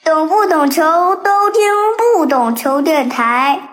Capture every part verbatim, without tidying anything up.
懂不懂球都听不懂球电台。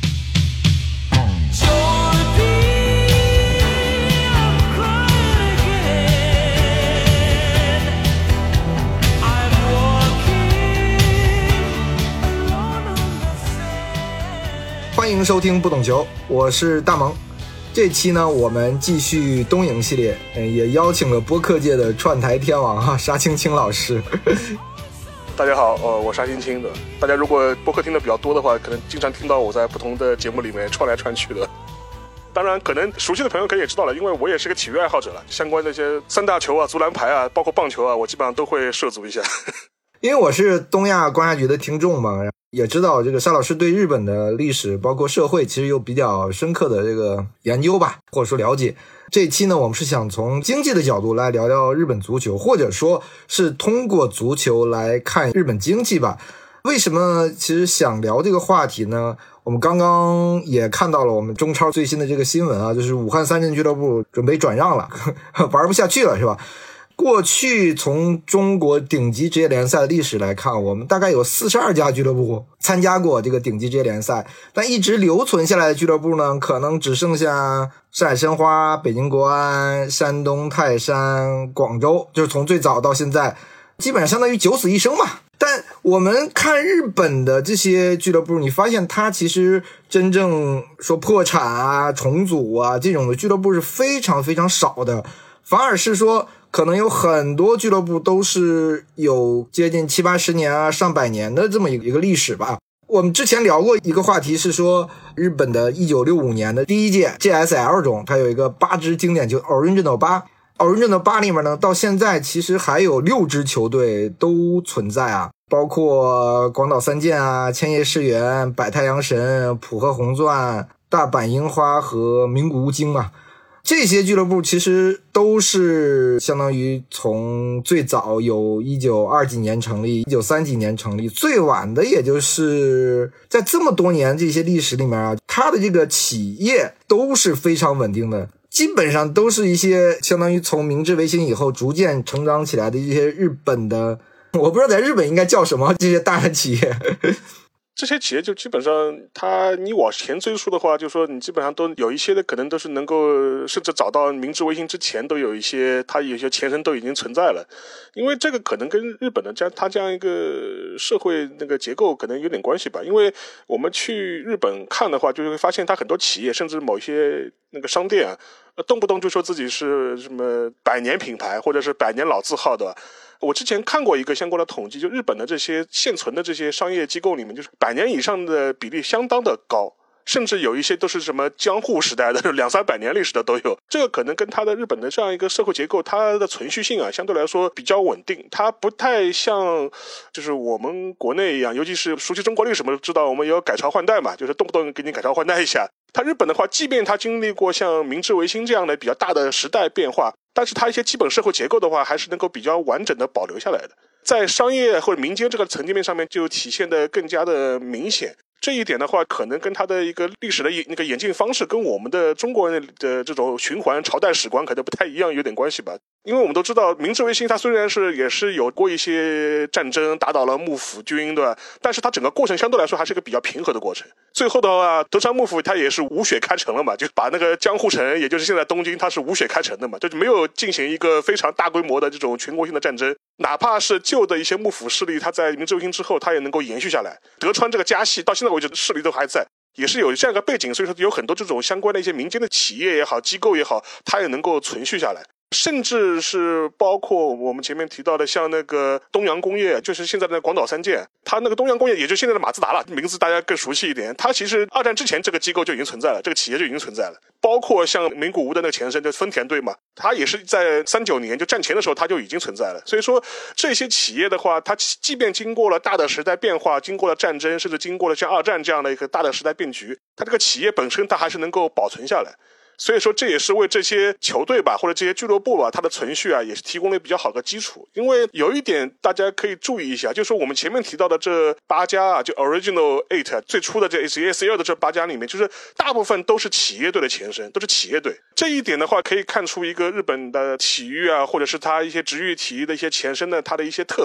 欢迎收听不懂球，我是大萌。这期呢，我们继续东影系列，也邀请了播客界的串台天王哈沙青青老师。 大家好，呃，我沙青青的。大家如果播客听的比较多的话，可能经常听到我在不同的节目里面串来串去的。当然，可能熟悉的朋友可能也知道了，因为我也是个体育爱好者了，相关的一些三大球啊、足篮排啊，包括棒球啊，我基本上都会涉足一下。 因为我是东亚观察局的听众嘛，也知道这个沙老师对日本的历史包括社会其实有比较深刻的这个研究吧，或者说了解。这一期呢，我们是想从经济的角度来聊聊日本足球，或者说是通过足球来看日本经济吧。为什么其实想聊这个话题呢？我们刚刚也看到了我们中超最新的这个新闻啊，就是武汉三镇俱乐部准备转让了，玩不下去了是吧？过去从中国顶级职业联赛的历史来看，我们大概有四十二家俱乐部参加过这个顶级职业联赛，但一直留存下来的俱乐部呢，可能只剩下上海申花、北京国安、山东泰山、广州，就是从最早到现在基本上相当于九死一生嘛。但我们看日本的这些俱乐部，你发现它其实真正说破产啊、重组啊这种的俱乐部是非常非常少的，反而是说可能有很多俱乐部都是有接近七八十年啊、上百年的这么一个历史吧。我们之前聊过一个话题是说，日本的一九六五年的第一届 J S L 中，它有一个八支经典球 Original 八 Original 八里面呢，到现在其实还有六支球队都存在啊，包括广岛三剑啊、千叶市原、百太阳神、浦和红钻、大阪樱花和名古屋鲸啊。这些俱乐部其实都是相当于从最早有一九二几年成立，一九三几年成立，最晚的也就是在这么多年这些历史里面啊，它的这个企业都是非常稳定的，基本上都是一些相当于从明治维新以后逐渐成长起来的一些日本的，我不知道在日本应该叫什么，这些大的企业。 这些企业就基本上它你往前追溯的话，就是说你基本上都有一些的可能都是能够甚至找到明治维新之前都有一些它有些前身都已经存在了。因为这个可能跟日本的这样它这样一个社会那个结构可能有点关系吧。因为我们去日本看的话，就会发现它很多企业甚至某些那个商店啊，动不动就说自己是什么百年品牌或者是百年老字号的。我之前看过一个相关的统计，就日本的这些现存的这些商业机构里面，就是百年以上的比例相当的高，甚至有一些都是什么江户时代的两三百年历史的都有。这个可能跟它的日本的这样一个社会结构，它的存续性啊相对来说比较稳定，它不太像就是我们国内一样，尤其是熟悉中国历史，我们知道我们有改朝换代嘛，就是动不动给你改朝换代一下。它日本的话，即便它经历过像明治维新这样的比较大的时代变化，但是它一些基本社会结构的话，还是能够比较完整的保留下来的。在商业或者民间这个层面上面，就体现的更加的明显。这一点的话，可能跟它的一个历史的那个演进方式，跟我们的中国人的这种循环朝代史观可能不太一样，有点关系吧。因为我们都知道，明治维新它虽然是也是有过一些战争，打倒了幕府军，对吧？但是它整个过程相对来说还是一个比较平和的过程。最后的话，德川幕府它也是无血开城了嘛，就把那个江户城，也就是现在东京，它是无血开城的嘛，就是没有进行一个非常大规模的这种全国性的战争。哪怕是旧的一些幕府势力，它在明治维新之后，它也能够延续下来。德川这个家系到现在为止势力都还在，也是有这样一个背景，所以说有很多这种相关的一些民间的企业也好、机构也好，它也能够存续下来。甚至是包括我们前面提到的像那个东洋工业，就是现在的广岛三剑，它那个东洋工业也就现在的马自达了，名字大家更熟悉一点。它其实二战之前这个机构就已经存在了，这个企业就已经存在了。包括像名古屋的那个前身就丰田队嘛，它也是在三九年就战前的时候它就已经存在了。所以说这些企业的话，它即便经过了大的时代变化，经过了战争，甚至经过了像二战这样的一个大的时代变局，它这个企业本身它还是能够保存下来。所以说这也是为这些球队吧，或者这些俱乐部吧，它的存续啊，也是提供了比较好的基础。因为有一点大家可以注意一下，就是说我们前面提到的这八家啊，就 Original Eight 最初的这 J S L 的这八家里面，就是大部分都是企业队的前身，都是企业队。这一点的话，可以看出一个日本的体育啊，或者是它一些职业体育的一些前身的它的一些特色。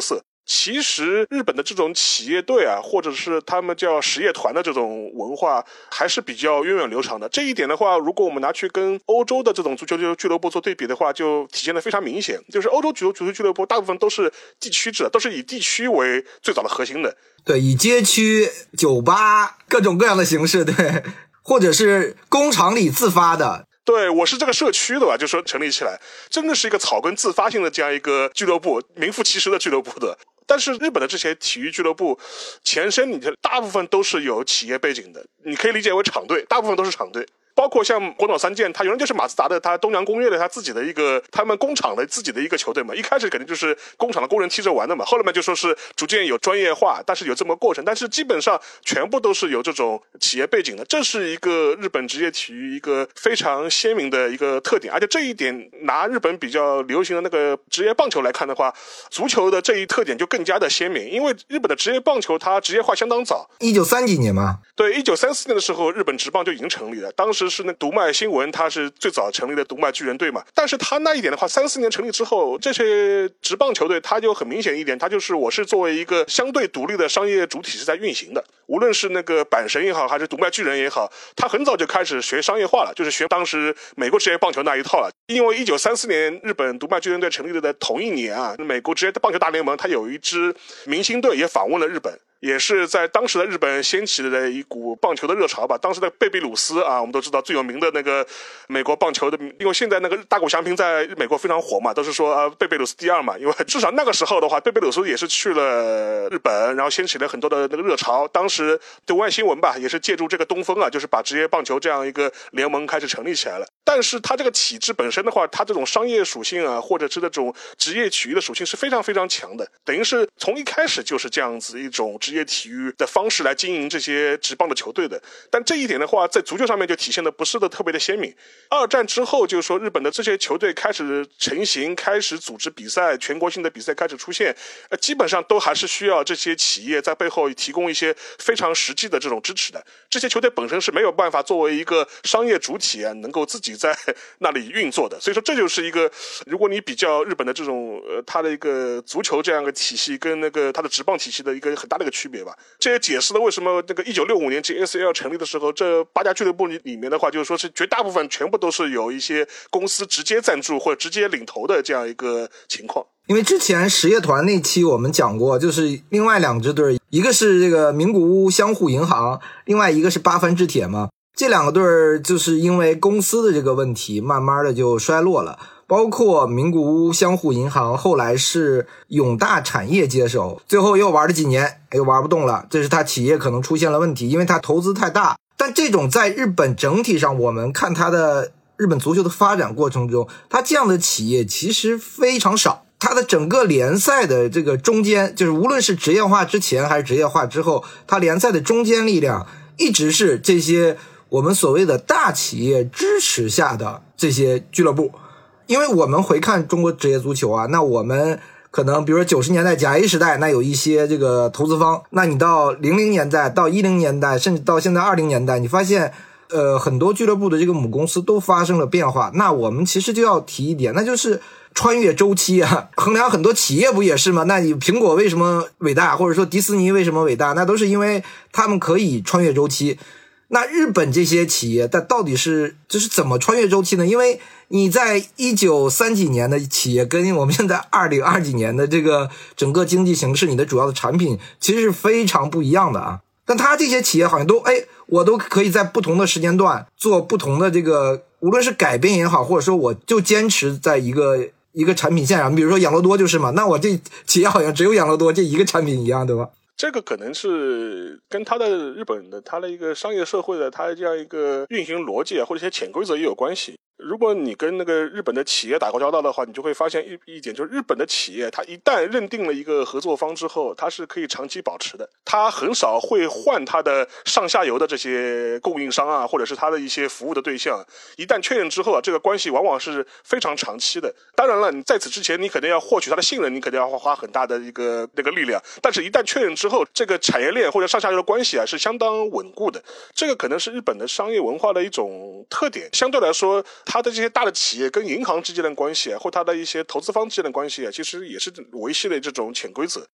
其实日本的这种企业队啊，或者是他们叫实业团的这种文化还是比较源远流长的。这一点的话，如果我们拿去跟欧洲的这种足球俱乐部做对比的话，就体现得非常明显。就是欧洲足球俱乐部大部分都是地区制，都是以地区为最早的核心的。 对，以街区、酒吧各种各样的形式，对，或者是工厂里自发的。 对，我是这个社区的吧，就说成立起来，真的是一个草根自发性的这样一个俱乐部，名副其实的俱乐部的。但是日本的这些体育俱乐部前身，你大部分都是有企业背景的，你可以理解为厂队，大部分都是厂队。包括像广岛三箭，它原来就是马自达的，它东洋工业的它自己的一个他们工厂的自己的一个球队嘛。一开始肯定就是工厂的工人踢着玩的嘛，后来嘛就说是逐渐有专业化，但是有这么个过程，但是基本上全部都是有这种企业背景的。这是一个日本职业体育一个非常鲜明的一个特点，而且这一点拿日本比较流行的那个职业棒球来看的话，足球的这一特点就更加的鲜明，因为日本的职业棒球它职业化相当早， 一九三几年嘛。 对，一九三四年的时候，日本职棒就已经成立了。当时是那读卖新闻，它是最早成立的读卖巨人队嘛。但是它那一点的话，三四年成立之后，这些职棒球队它就很明显一点，它就是我是作为一个相对独立的商业主体是在运行的。无论是那个阪神也好，还是读卖巨人也好，它很早就开始学商业化了，就是学当时美国职业棒球那一套了。因为一九三四年日本读卖巨人队成立的同一年啊，美国职业棒球大联盟它有一支明星队也访问了日本。也是在当时的日本掀起的一股棒球的热潮吧。当时的贝比鲁斯啊，我们都知道最有名的那个美国棒球的，因为现在那个大谷翔平在美国非常火嘛，都是说啊贝贝鲁斯第二嘛。因为至少那个时候的话，贝贝鲁斯也是去了日本，然后掀起了很多的那个热潮。当时读卖新闻吧，也是借助这个东风啊，就是把职业棒球这样一个联盟开始成立起来了。但是它这个体制本身的话，它这种商业属性啊，或者是那种职业体育的属性是非常非常强的，等于是从一开始就是这样子一种职业体育的方式来经营这些职棒的球队的。但这一点的话，在足球上面就体现的不是的特别的鲜明。二战之后，就是说日本的这些球队开始成型，开始组织比赛，全国性的比赛开始出现，呃，基本上都还是需要这些企业在背后提供一些非常实际的这种支持的。这些球队本身是没有办法作为一个商业主体啊，能够自己在那里运作的。所以说这就是一个，如果你比较日本的这种呃它的一个足球这样一个体系跟那个它的职棒体系的一个很大的一个区别吧。这也解释了为什么那个一九六五年 J S L 成立的时候，这八家俱乐部里面的话，就是说是绝大部分全部都是有一些公司直接赞助或者直接领头的这样一个情况。 因为之前实业团那期我们讲过，就是另外两支队，一个是这个名古屋相互银行，另外一个是八幡制铁嘛。这两个队儿就是因为公司的这个问题，慢慢的就衰落了。包括名古屋相互银行后来是永大产业接手，最后又玩了几年，又玩不动了。这是他企业可能出现了问题，因为他投资太大。但这种在日本整体上，我们看他的日本足球的发展过程中，他这样的企业其实非常少。他的整个联赛的这个中间，就是无论是职业化之前还是职业化之后，他联赛的中坚力量一直是这些我们所谓的大企业支持下的这些俱乐部。因为我们回看中国职业足球啊，那我们可能比如说九十年代甲 A 时代，那有一些这个投资方，那你到零零年代到一零年代，甚至到现在二零年代，你发现呃很多俱乐部的这个母公司都发生了变化。那我们其实就要提一点，那就是穿越周期啊。衡量很多企业不也是吗？那你苹果为什么伟大，或者说迪士尼为什么伟大，那都是因为他们可以穿越周期。那日本这些企业但到底是就是怎么穿越周期呢？因为你在一九三几年的企业跟我们现在二零二几年的这个整个经济形势，你的主要的产品其实是非常不一样的啊。但他这些企业好像都哎，我都可以在不同的时间段做不同的这个，无论是改变也好，或者说我就坚持在一个一个产品线上。比如说养乐多就是嘛，那我这企业好像只有养乐多这一个产品一样，对吧？ 这个可能是跟他的日本的他的一个商业社会的他的这样一个运行逻辑啊，或者一些潜规则也有关系。如果你跟那个日本的企业打过交道的话，你就会发现一一点，就是日本的企业它一旦认定了一个合作方之后，它是可以长期保持的，它很少会换它的上下游的这些供应商啊，或者是它的一些服务的对象。一旦确认之后啊，这个关系往往是非常长期的。当然了，你在此之前你肯定要获取它的信任，你肯定要花很大的一个那个力量，但是一旦确认之后，这个产业链或者上下游的关系啊是相当稳固的。这个可能是日本的商业文化的一种特点。相对来说，它的这些大的企业跟银行之间的关系啊，或它的一些投资方之间的关系啊，其实也是维系的这种潜规则。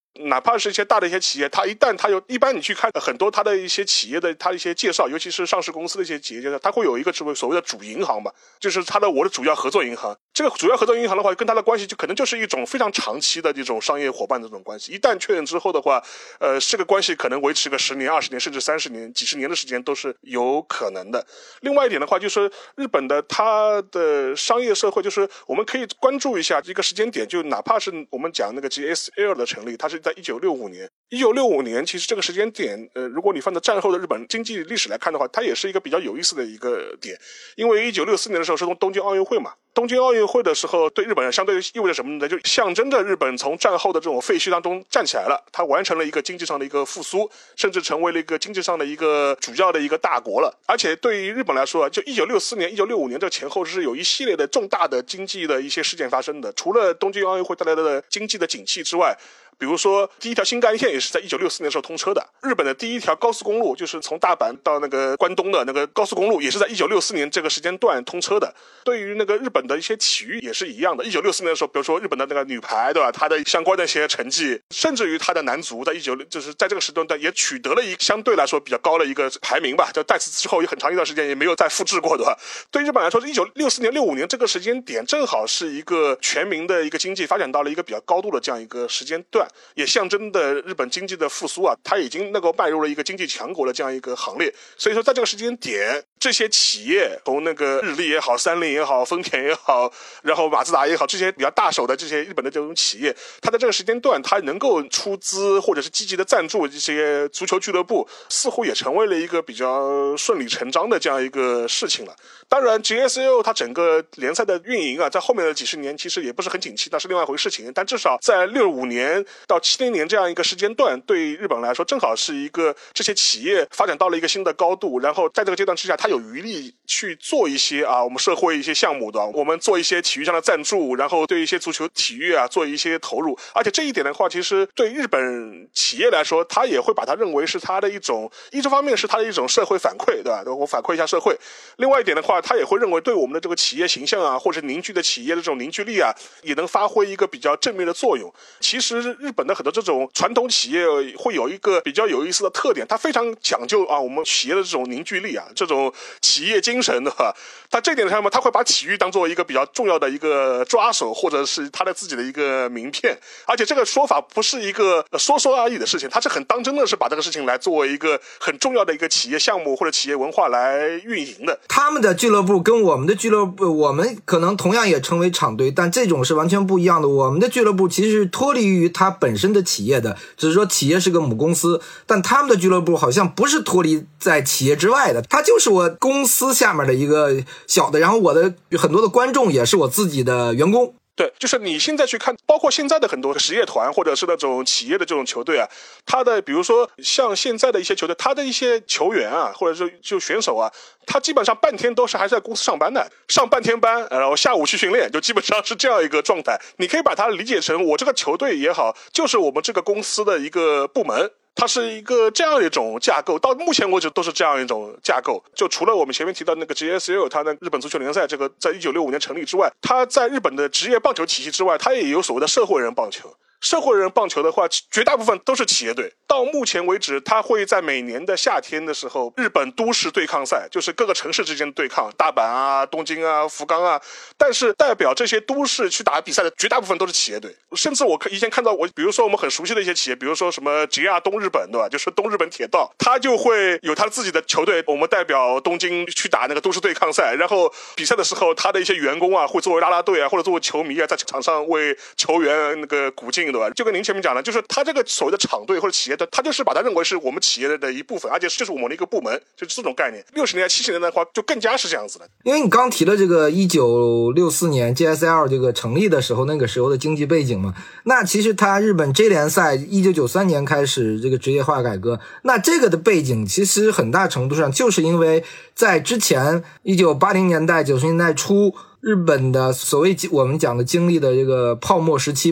哪怕是一些大的一些企业，它一旦它有，一般你去看很多它的一些企业的它的一些介绍，尤其是上市公司的一些企业介绍，它会有一个所谓的主银行吧，就是它的我的主要合作银行。这个主要合作银行的话，跟它的关系就可能就是一种非常长期的这种商业伙伴的这种关系。一旦确认之后的话，呃，这个关系可能维持个十年、二十年，甚至三十年、几十年的时间都是有可能的。另外一点的话，就是日本的它的商业社会，就是我们可以关注一下这个时间点，就哪怕是我们讲那个 G S L 的成立，它是在一九六五年。一九六五年，其实这个时间点，呃，如果你放在战后的日本经济历史来看的话，它也是一个比较有意思的一个点，因为一九六四年的时候是从东京奥运会嘛。东京奥运会的时候，对日本人相对意味着什么呢？就象征着日本从战后的这种废墟当中站起来了，它完成了一个经济上的一个复苏，甚至成为了一个经济上的一个主要的一个大国了。而且对于日本来说，就一九六四年、一九六五年这前后是有一系列的重大的经济的一些事件发生的。除了东京奥运会带来的经济的景气之外，比如说第一条新干线也是在一九六四年的时候通车的，日本的第一条高速公路就是从大阪到那个关东的那个高速公路也是在一九六四年这个时间段通车的。对于那个日本的一些体育也是一样的，一九六四年的时候，比如说日本的那个女排，对吧？它的相关的一些成绩，甚至于它的男足在一九就是在这个时段段也取得了一个相对来说比较高的一个排名吧，就在此之后也很长一段时间也没有再复制过，对吧？对日本来说，一九六四年、六五年这个时间点正好是一个全民的一个经济发展到了一个比较高度的这样一个时间段，也象征的日本经济的复苏啊，它已经能够迈入了一个经济强国的这样一个行列。所以说在这个时间点，这些企业从那个日立也好、三菱也好、丰田也好，然后马自达也好，这些比较大手的这些日本的这种企业，它在这个时间段它能够出资或者是积极的赞助这些足球俱乐部，似乎也成为了一个比较顺理成章的这样一个事情了。当然 G S L 它整个联赛的运营啊，在后面的几十年其实也不是很景气，那是另外一回事情。但至少在六五年到七零年这样一个时间段，对日本来说正好是一个这些企业发展到了一个新的高度，然后在这个阶段之下，它有余力去做一些啊我们社会一些项目的，我们做一些体育上的赞助，然后对一些足球体育啊做一些投入。而且这一点的话，其实对日本企业来说，他也会把它认为是他的一种，一方面是他的一种社会反馈，对吧？我反馈一下社会。另外一点的话，他也会认为对我们的这个企业形象啊，或者凝聚的企业的这种凝聚力啊，也能发挥一个比较正面的作用。其实日本的很多这种传统企业会有一个比较有意思的特点，它非常讲究啊我们企业的这种凝聚力啊，这种企业精神的话，它这点上面它会把体育当做一个比较重要的一个抓手，或者是它的自己的一个名片。而且这个说法不是一个说说而已的事情，它是很当真的，是把这个事情来作为一个很重要的一个企业项目或者企业文化来运营的。 他们的俱乐部跟我们的俱乐部，我们可能同样也称为厂队，但这种是完全不一样的。我们的俱乐部其实是脱离于它本身的企业的，只是说企业是个母公司，但他们的俱乐部好像不是脱离在企业之外的，它就是我公司下面的一个小的，然后我的很多的观众也是我自己的员工。 对，就是你现在去看，包括现在的很多实业团或者是那种企业的这种球队啊，他的比如说像现在的一些球队，他的一些球员啊，或者是就选手啊，他基本上半天都是还在公司上班的，上半天班，然后下午去训练，就基本上是这样一个状态。你可以把它理解成我这个球队也好，就是我们这个公司的一个部门。它是一个这样一种架构，到目前为止都是这样一种架构。就除了我们前面提到那个 G S L 它的日本足球联赛这个在一九六五年成立之外，它在日本的职业棒球体系之外，它也有所谓的社会人棒球。社会人棒球的话，绝大部分都是企业队。到目前为止，它会在每年的夏天的时候，日本都市对抗赛，就是各个城市之间的对抗，大阪啊、东京啊、福冈啊。但是代表这些都市去打比赛的绝大部分都是企业队。甚至我以前看到，我比如说我们很熟悉的一些企业，比如说什么 J R 东日本，对吧？就是东日本铁道，它就会有它自己的球队，我们代表东京去打那个都市对抗赛。然后比赛的时候，他的一些员工啊，会作为啦啦队啊，或者作为球迷啊，在场上为球员那个鼓劲。对吧？就跟您前面讲的，就是他这个所谓的厂队或者企业的，他就是把它认为是我们企业的一部分，而且这是我们的一个部门，就是这种概念。六十年代、七十年代的话，就更加是这样子的。 因为你刚提了这个一九六四年 G S L 这个成立的时候，那个时候的经济背景嘛，那其实他日本 J 联赛一九九三年开始这个职业化改革，那这个的背景其实很大程度上就是因为在之前一九八零年代、九十年代初，日本的所谓我们讲的经历的这个泡沫时期吧。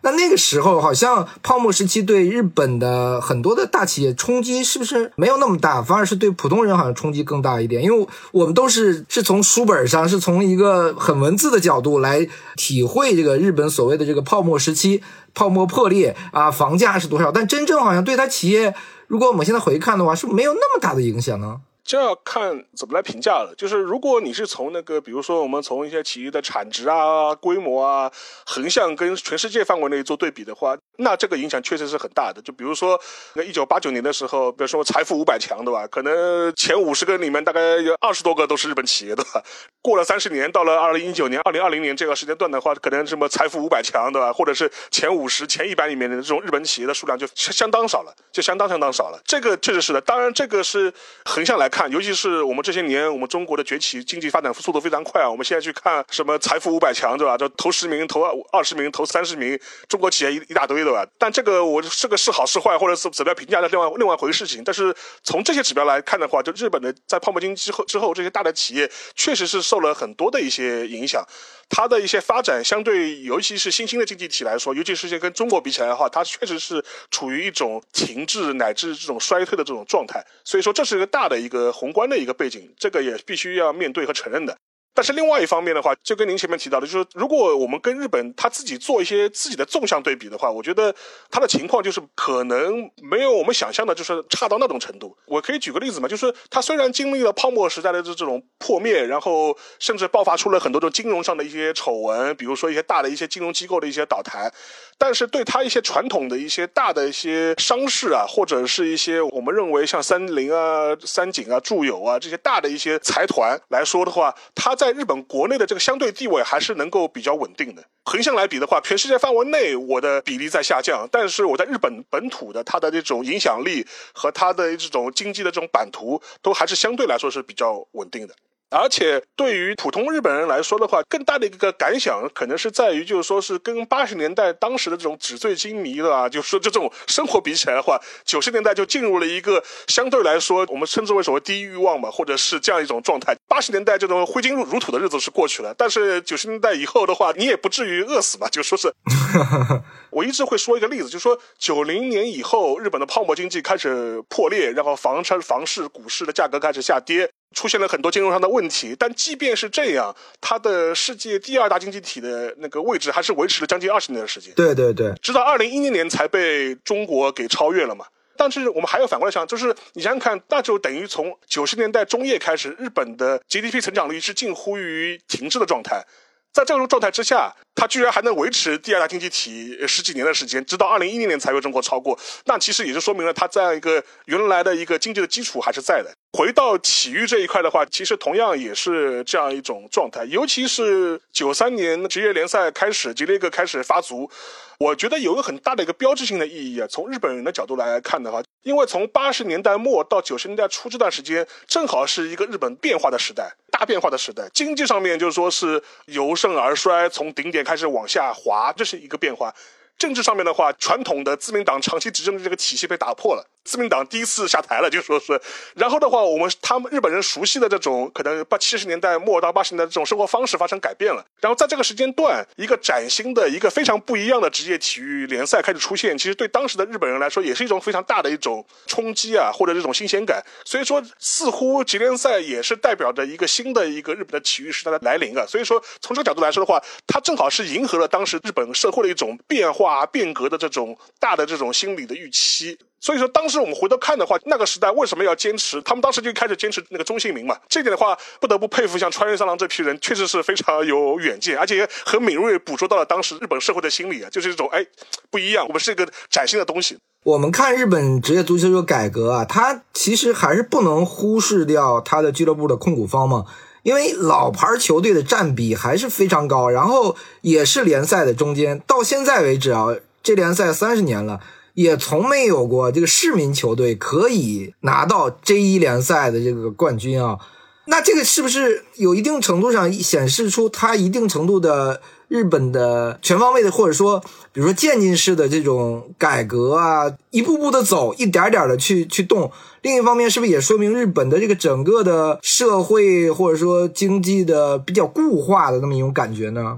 那那个时候好像泡沫时期对日本的很多的大企业冲击是不是没有那么大，反而是对普通人好像冲击更大一点？因为我们都是是从书本上，是从一个很文字的角度来体会这个日本所谓的这个泡沫时期，泡沫破裂啊，房价是多少，但真正好像对它企业，如果我们现在回看的话，是不是没有那么大的影响呢？ 这要看怎么来评价了。就是如果你是从那个比如说我们从一些企业的产值啊、规模啊横向跟全世界范围内做对比的话，那这个影响确实是很大的。就比如说那一九八九年的时候，比如说财富五百强对吧，可能前五十个里面大概有二十多个都是日本企业对吧。过了三十年，到了二零一九年、二零二零年这个时间段的话，可能什么财富五百强对吧，或者是前五十、前一百里面的这种日本企业的数量就相当少了，就相当相当少了。这个确实是的。当然这个是横向来看，尤其是我们这些年我们中国的崛起，经济发展速度非常快啊。我们现在去看什么财富五百强对吧，就头十名、头二十名、头三十名，中国企业一一大堆对吧。但这个我这个是好是坏，或者是怎么样评价的另外另外一回事情。但是从这些指标来看的话，就日本的在泡沫经济之后之后，这些大的企业确实是受了很多的一些影响。它的一些发展相对，尤其是新兴的经济体来说，尤其是跟中国比起来的话，它确实是处于一种停滞乃至这种衰退的这种状态。所以说这是一个大的一个宏观的一个背景，这个也必须要面对和承认的。但是另外一方面的话，就跟您前面提到的，就是如果我们跟日本他自己做一些自己的纵向对比的话，我觉得他的情况就是可能没有我们想象的就是差到那种程度。我可以举个例子嘛，就是他虽然经历了泡沫时代的这种破灭，然后甚至爆发出了很多种金融上的一些丑闻，比如说一些大的一些金融机构的一些倒台，但是对他一些传统的一些大的一些商事啊，或者是一些我们认为像三菱啊、三井啊、住友啊这些大的一些财团来说的话，他在日本国内的这个相对地位还是能够比较稳定的。横向来比的话，全世界范围内我的比例在下降，但是我在日本本土的它的这种影响力和它的这种经济的这种版图都还是相对来说是比较稳定的。而且对于普通日本人来说的话，更大的一个感想可能是在于，就是说是跟八十年代当时的这种纸醉金迷的啊，就是说这种生活比起来的话，九十年代就进入了一个相对来说我们称之为所谓低欲望嘛，或者是这样一种状态。八十年代这种挥金如土的日子是过去了，但是九十年代以后的话，你也不至于饿死嘛，就说是我一直会说一个例子，就是说九零年以后，日本的泡沫经济开始破裂，然后房产、房市、股市的价格开始下跌，出现了很多金融上的问题。但即便是这样，它的世界第二大经济体的那个位置还是维持了将近二十年的时间。 对对对， 直到二零一零年才被中国给超越了嘛。但是我们还要反过来想，就是你想想看，那就等于从九十年代中叶开始，日本的 G D P 成长率是近乎于停滞的状态。在这种状态之下，它居然还能维持第二大经济体十几年的时间，直到二零一零年才被中国超过，那其实也就说明了它这样一个原来的一个经济的基础还是在的。回到体育这一块的话，其实同样也是这样一种状态，尤其是九三年职业联赛开始，J 联赛开始发足，我觉得有一个很大的一个标志性的意义啊。从日本人的角度来看的话，因为从八十年代末到九十年代初这段时间，正好是一个日本变化的时代，大变化的时代。经济上面就是说是由盛而衰，从顶点开始往下滑，这是一个变化。政治上面的话，传统的自民党长期执政的这个体系被打破了，自民党第一次下台了，就说是。然后的话，我们他们日本人熟悉的这种可能八七十年代末到八十年代这种生活方式发生改变了。然后在这个时间段，一个崭新的、一个非常不一样的职业体育联赛开始出现，其实对当时的日本人来说，也是一种非常大的一种冲击啊，或者这种新鲜感。所以说，似乎职业联赛也是代表着一个新的一个日本的体育时代的来临啊。所以说，从这个角度来说的话，它正好是迎合了当时日本社会的一种变化。变革的这种大的这种心理的预期。所以说当时我们回头看的话，那个时代为什么要坚持，他们当时就开始坚持那个中性名嘛，这点的话不得不佩服像川原三郎这批人，确实是非常有远见，而且也很敏锐捕捉到了当时日本社会的心理啊，就是这种哎不一样，我们是一个崭新的东西。 我们看日本职业足球这个改革啊，它其实还是不能忽视掉它的俱乐部的控股方嘛，因为老牌球队的占比还是非常高，然后也是联赛的中间，到现在为止啊，这联赛三十年了，也从没有过这个市民球队可以拿到 J 一 联赛的这个冠军啊。那这个是不是有一定程度上显示出它一定程度的日本的全方位的，或者说比如说渐进式的这种改革啊，一步步的走，一点点的去去动。另一方面是不是也说明日本的这个整个的社会或者说经济的比较固化的那么一种感觉呢？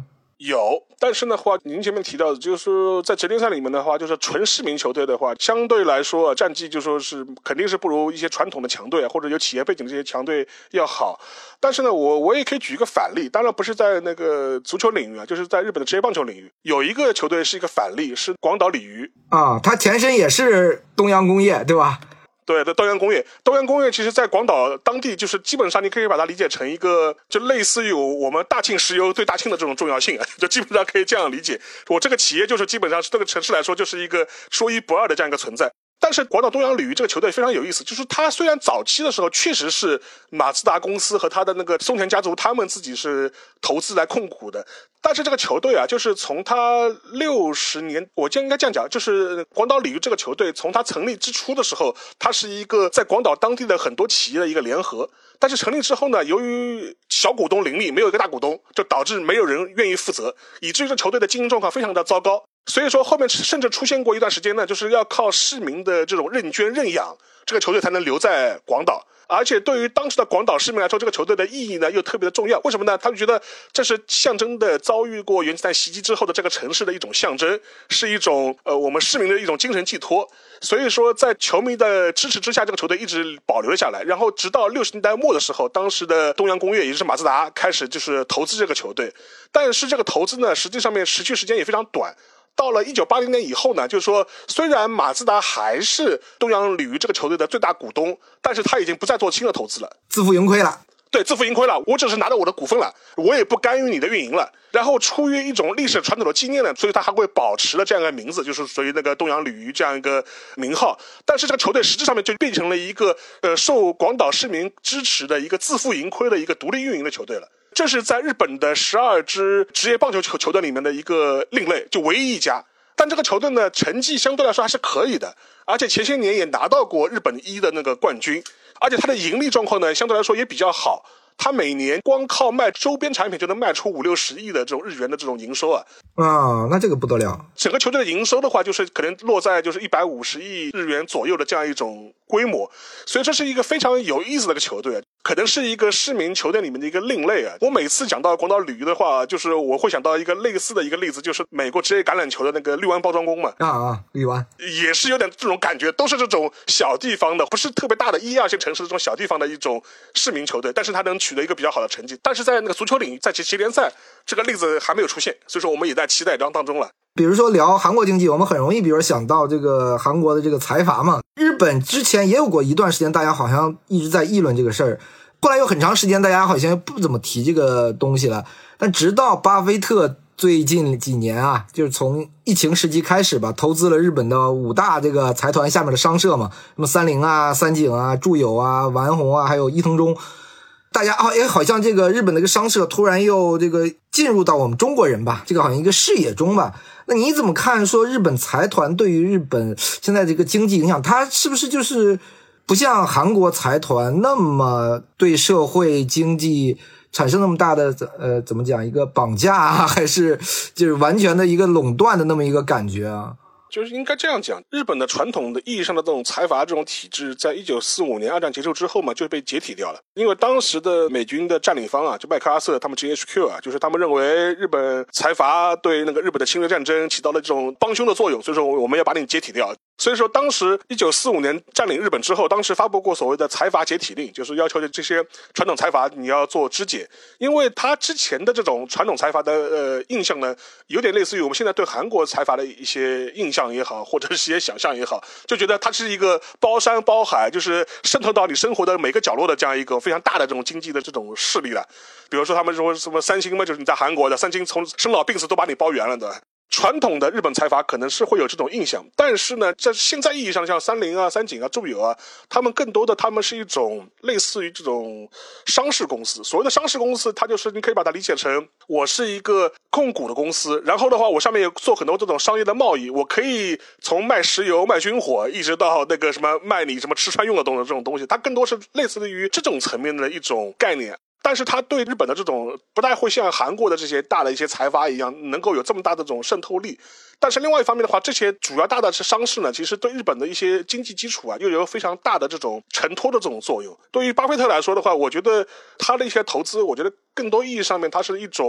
有，但是的话，您前面提到的，就是说在职联赛里面的话，就是纯市民球队的话，相对来说战绩就说是肯定是不如一些传统的强队或者有企业背景的这些强队要好。但是呢，我我也可以举一个反例，当然不是在那个足球领域啊，就是在日本的职业棒球领域，有一个球队是一个反例，是广岛鲤鱼啊，它前身也是东洋工业，对吧？ 对的，东洋工业，东洋工业其实在广岛当地就是基本上你可以把它理解成一个就类似于我们大庆石油对大庆的这种重要性啊，就基本上可以这样理解。我这个企业就是基本上这个城市来说就是一个说一不二的这样一个存在。但是广岛东洋鲤鱼这个球队非常有意思，就是它虽然早期的时候确实是马自达公司和他的那个松田家族他们自己是投资来控股的，但是这个球队啊，就是从它六十年，我就应该这样讲，就是广岛鲤鱼这个球队从它成立之初的时候，它是一个在广岛当地的很多企业的一个联合。但是成立之后呢，由于小股东林立，没有一个大股东，就导致没有人愿意负责，以至于这球队的经营状况非常的糟糕。所以说后面甚至出现过一段时间呢，就是要靠市民的这种认捐认养，这个球队才能留在广岛。而且对于当时的广岛市民来说，这个球队的意义呢又特别的重要。为什么呢？他们觉得这是象征的遭遇过原子弹袭击之后的这个城市的一种象征，是一种呃我们市民的一种精神寄托。所以说在球迷的支持之下，这个球队一直保留了下来。然后直到六十年代末的时候，当时的东洋工业也就是马自达开始就是投资这个球队，但是这个投资呢实际上面持续时间也非常短。到了一九八零年以后呢，就是说虽然马自达还是东洋鲤鱼这个球队的最大股东，但是他已经不再做新的投资了， 自负盈亏了。 对，自负盈亏了，我只是拿到我的股份了，我也不干预你的运营了。然后出于一种历史传统的纪念呢，所以他还会保持了这样一个名字，就是属于那个东洋鲤鱼这样一个名号。但是这个球队实质上面就变成了一个呃受广岛市民支持的一个自负盈亏的一个独立运营的球队了。这是在日本的十二支职业棒球球球队里面的一个另类，就唯一一家。但这个球队呢，成绩相对来说还是可以的，而且前些年也拿到过日本一的那个冠军，而且它的盈利状况呢，相对来说也比较好。它每年光靠卖周边产品就能卖出五六十亿的这种日元的这种营收啊！ 啊，那这个不得了。 整个球队的营收的话，就是可能落在就是一百五十亿日元左右的这样一种规模，所以这是一个非常有意思的一个球队，可能是一个市民球队里面的一个另类啊。我每次讲到广岛鲤鱼的话，就是我会想到一个类似的一个例子，就是美国职业橄榄球的那个绿湾包装工嘛。 啊啊，绿湾也是有点这种感觉，都是这种小地方的，不是特别大的一二线城市这种小地方的一种市民球队，但是他能取得一个比较好的成绩。但是在那个足球领域，在职业联赛这个例子还没有出现，所以说我们也在期待当当中了。 比如说聊韩国经济，我们很容易比如想到这个韩国的这个财阀嘛。日本之前也有过一段时间，大家好像一直在议论这个事儿，后来有很长时间大家好像不怎么提这个东西了。但直到巴菲特最近几年啊，就是从疫情时期开始吧，投资了日本的五大这个财团下面的商社嘛，什么三菱啊、三井啊、住友啊、丸红啊，还有伊藤忠。大家啊，哎，好像这个日本的一个商社突然又这个进入到我们中国人吧，这个好像一个视野中吧。那你怎么看说日本财团对于日本现在这个经济影响，它是不是就是不像韩国财团那么对社会经济产生那么大的呃怎么讲一个绑架啊，还是就是完全的一个垄断的那么一个感觉啊？ 就是应该这样讲，日本的传统的意义上的这种财阀这种体制，在一九四五年二战结束之后嘛，就被解体掉了。因为当时的美军的占领方啊，就麦克阿瑟他们 G H Q 啊，就是他们认为日本财阀对那个日本的侵略战争起到了这种帮凶的作用，所以说我们要把你解体掉。所以说当时一九四五年占领日本之后，当时发布过所谓的财阀解体令，就是要求这些传统财阀你要做肢解。因为他之前的这种传统财阀的呃印象呢，有点类似于我们现在对韩国财阀的一些印象也好，或者是一些想象也好，就觉得它是一个包山包海，就是渗透到你生活的每个角落的这样一个非常大的这种经济的这种势力了。比如说他们说什么三星嘛，就是你在韩国的三星从生老病死都把你包圆了的。传统的日本财阀可能是会有这种印象，但是呢，在现在意义上，像三菱啊、三井啊、住友啊，他们更多的他们是一种类似于这种商事公司。所谓的商事公司，它就是你可以把它理解成，我是一个控股的公司，然后的话，我上面也做很多这种商业的贸易，我可以从卖石油、卖军火，一直到那个什么卖你什么吃穿用的东西，这种东西，它更多是类似于这种层面的一种概念。但是他对日本的这种不太会像韩国的这些大的一些财阀一样能够有这么大的这种渗透力。但是另外一方面的话，这些主要大的商事呢，其实对日本的一些经济基础啊，又有非常大的这种承托的这种作用。对于巴菲特来说的话，我觉得他的一些投资，我觉得更多意义上面它是一种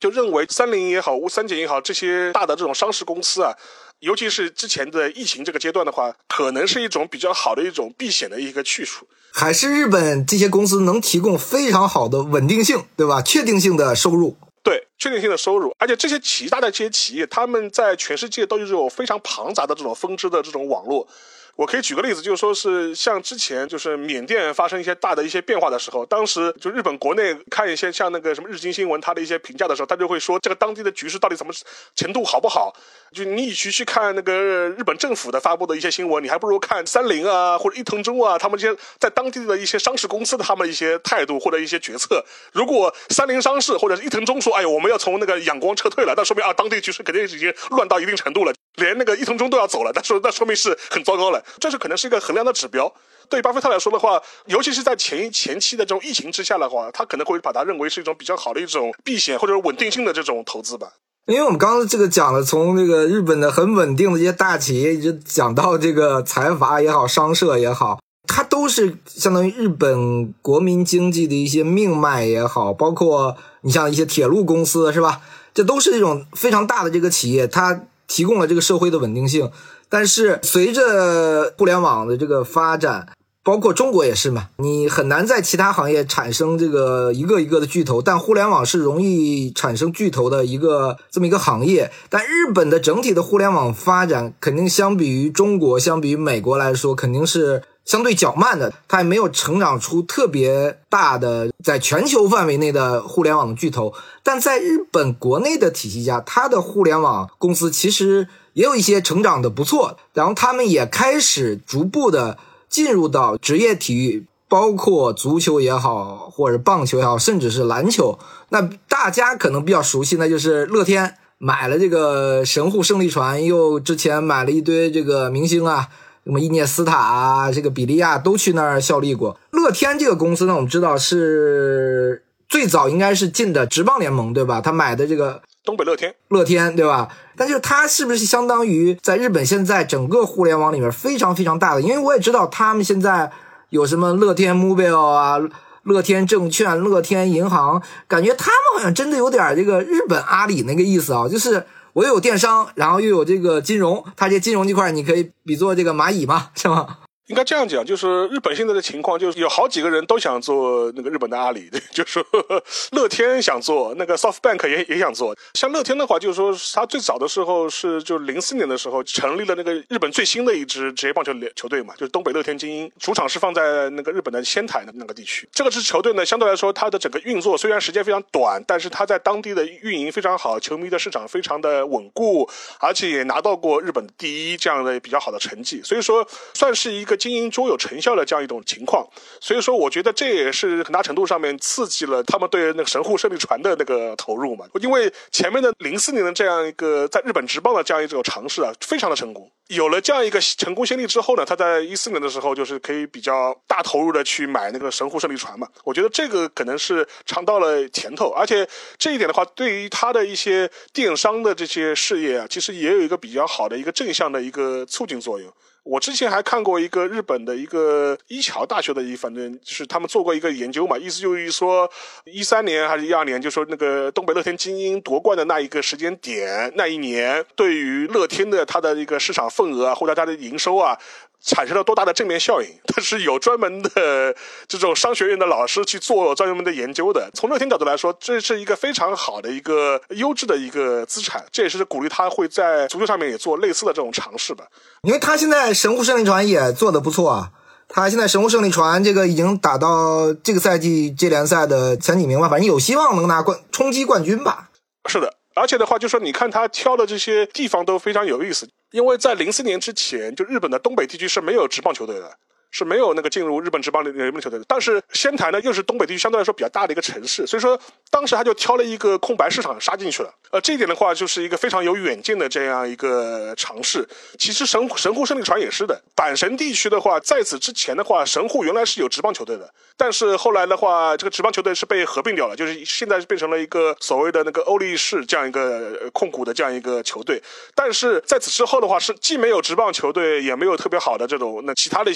就认为三菱也好，三井也好，这些大的这种上市公司啊，尤其是之前的疫情这个阶段的话，可能是一种比较好的一种避险的一个去处。 还是日本这些公司能提供非常好的稳定性，对吧？确定性的收入。 对，确定性的收入，而且这些企大的这些企业，他们在全世界都有非常庞杂的这种分支的这种网络。我可以举个例子，就是说是像之前就是缅甸发生一些大的一些变化的时候，当时就日本国内看一些像那个什么日经新闻他的一些评价的时候，他就会说这个当地的局势到底什么程度好不好，就你与其去看那个日本政府的发布的一些新闻，你还不如看三菱啊或者伊藤忠啊他们这些在当地的一些上市公司的他们一些态度或者一些决策。如果三菱商事或者是伊藤忠说哎呦我们要从那个仰光撤退了，那说明啊当地局势肯定已经乱到一定程度了，连那个伊藤忠都要走了，那说那说明是很糟糕了，这是可能是一个衡量的指标。对于巴菲特来说的话，尤其是在前前期的这种疫情之下的话，他可能会把它认为是一种比较好的一种避险或者稳定性的这种投资吧。 因为我们刚刚这个讲了，从这个日本的很稳定的这些大企业，一直讲到这个财阀也好，商社也好，它都是相当于日本国民经济的一些命脉也好，包括你像一些铁路公司，是吧？这都是这种非常大的这个企业，它提供了这个社会的稳定性。但是随着互联网的这个发展，包括中国也是嘛，你很难在其他行业产生这个一个一个的巨头，但互联网是容易产生巨头的一个这么一个行业。但日本的整体的互联网发展肯定相比于中国，相比于美国来说，肯定是相对较慢的，它也没有成长出特别大的在全球范围内的互联网的巨头。但在日本国内的体系下，它的互联网公司其实也有一些成长的不错，然后他们也开始逐步的进入到职业体育，包括足球也好，或者棒球也好，甚至是篮球。那大家可能比较熟悉，那就是乐天买了这个神户胜利船，又之前买了一堆这个明星啊，什么伊涅斯塔啊，这个比利亚都去那儿效力过。乐天这个公司呢，我们知道是最早应该是进的职棒联盟，对吧？他买的这个东北乐天， 乐天对吧？但是它是不是相当于在日本现在整个互联网里面非常非常大的？因为我也知道他们现在有什么乐天 Mobile 啊、乐天证券、乐天银行，感觉他们好像真的有点这个日本阿里那个意思啊，就是我又有电商，然后又有这个金融，它这金融这块你可以比作这个蚂蚁嘛，是吗？ 应该这样讲，就是日本现在的情况，就是有好几个人都想做那个日本的阿里，就是说乐天想做，那个 SoftBank 也也想做。像乐天的话，就是说他最早的时候是就零四年的时候成立了那个日本最新的一支职业棒球球队嘛，就是东北乐天精英，主场是放在那个日本的仙台那个地区。这个支球队呢，相对来说它的整个运作虽然时间非常短，但是它在当地的运营非常好，球迷的市场非常的稳固，而且也拿到过日本第一这样的比较好的成绩，所以说算是一个经营卓有成效的这样一种情况。所以说我觉得这也是很大程度上面刺激了他们对那个神户胜利船的那个投入嘛，因为前面的零四年的这样一个在日本职棒的这样一种尝试啊，非常的成功。有了这样一个成功先例之后呢，他在一四年的时候就是可以比较大投入的去买那个神户胜利船嘛，我觉得这个可能是尝到了甜头，而且这一点的话对于他的一些电商的这些事业啊，其实也有一个比较好的一个正向的一个促进作用。我之前还看过一个日本的一个伊桥大学的一反正就是他们做过一个研究嘛，意思就是说一三年还是一二年，就说那个东北乐天精英夺冠的那一个时间点，那一年对于乐天的它的一个市场份额啊，或者它的营收啊产生了多大的正面效应，但是有专门的这种商学院的老师去做专门的研究的。从乐天角度来说，这是一个非常好的一个优质的一个资产，这也是鼓励他会在足球上面也做类似的这种尝试吧。 因为他现在神户胜利船也做得不错啊，他现在神户胜利船这个已经打到这个赛季这联赛的前几名吧，反正有希望能拿冠冲击冠军吧。 是的，而且的话就说你看他挑的这些地方都非常有意思，因为在零四年之前，就日本的东北地区是没有职棒球队的，是没有那个进入日本职棒联盟球队的。但是仙台呢又是东北地区相对来说比较大的一个城市，所以说当时他就挑了一个空白市场杀进去了。呃，这一点的话就是一个非常有远见的这样一个尝试。其实神神户胜利船也是的，阪神地区的话，在此之前的话，神户原来是有职棒球队的，但是后来的话，这个职棒球队是被合并掉了，就是现在变成了一个所谓的那个欧力士这样一个控股的这样一个球队。但是在此之后的话，是既没有职棒球队，也没有特别好的这种那其他的一些体育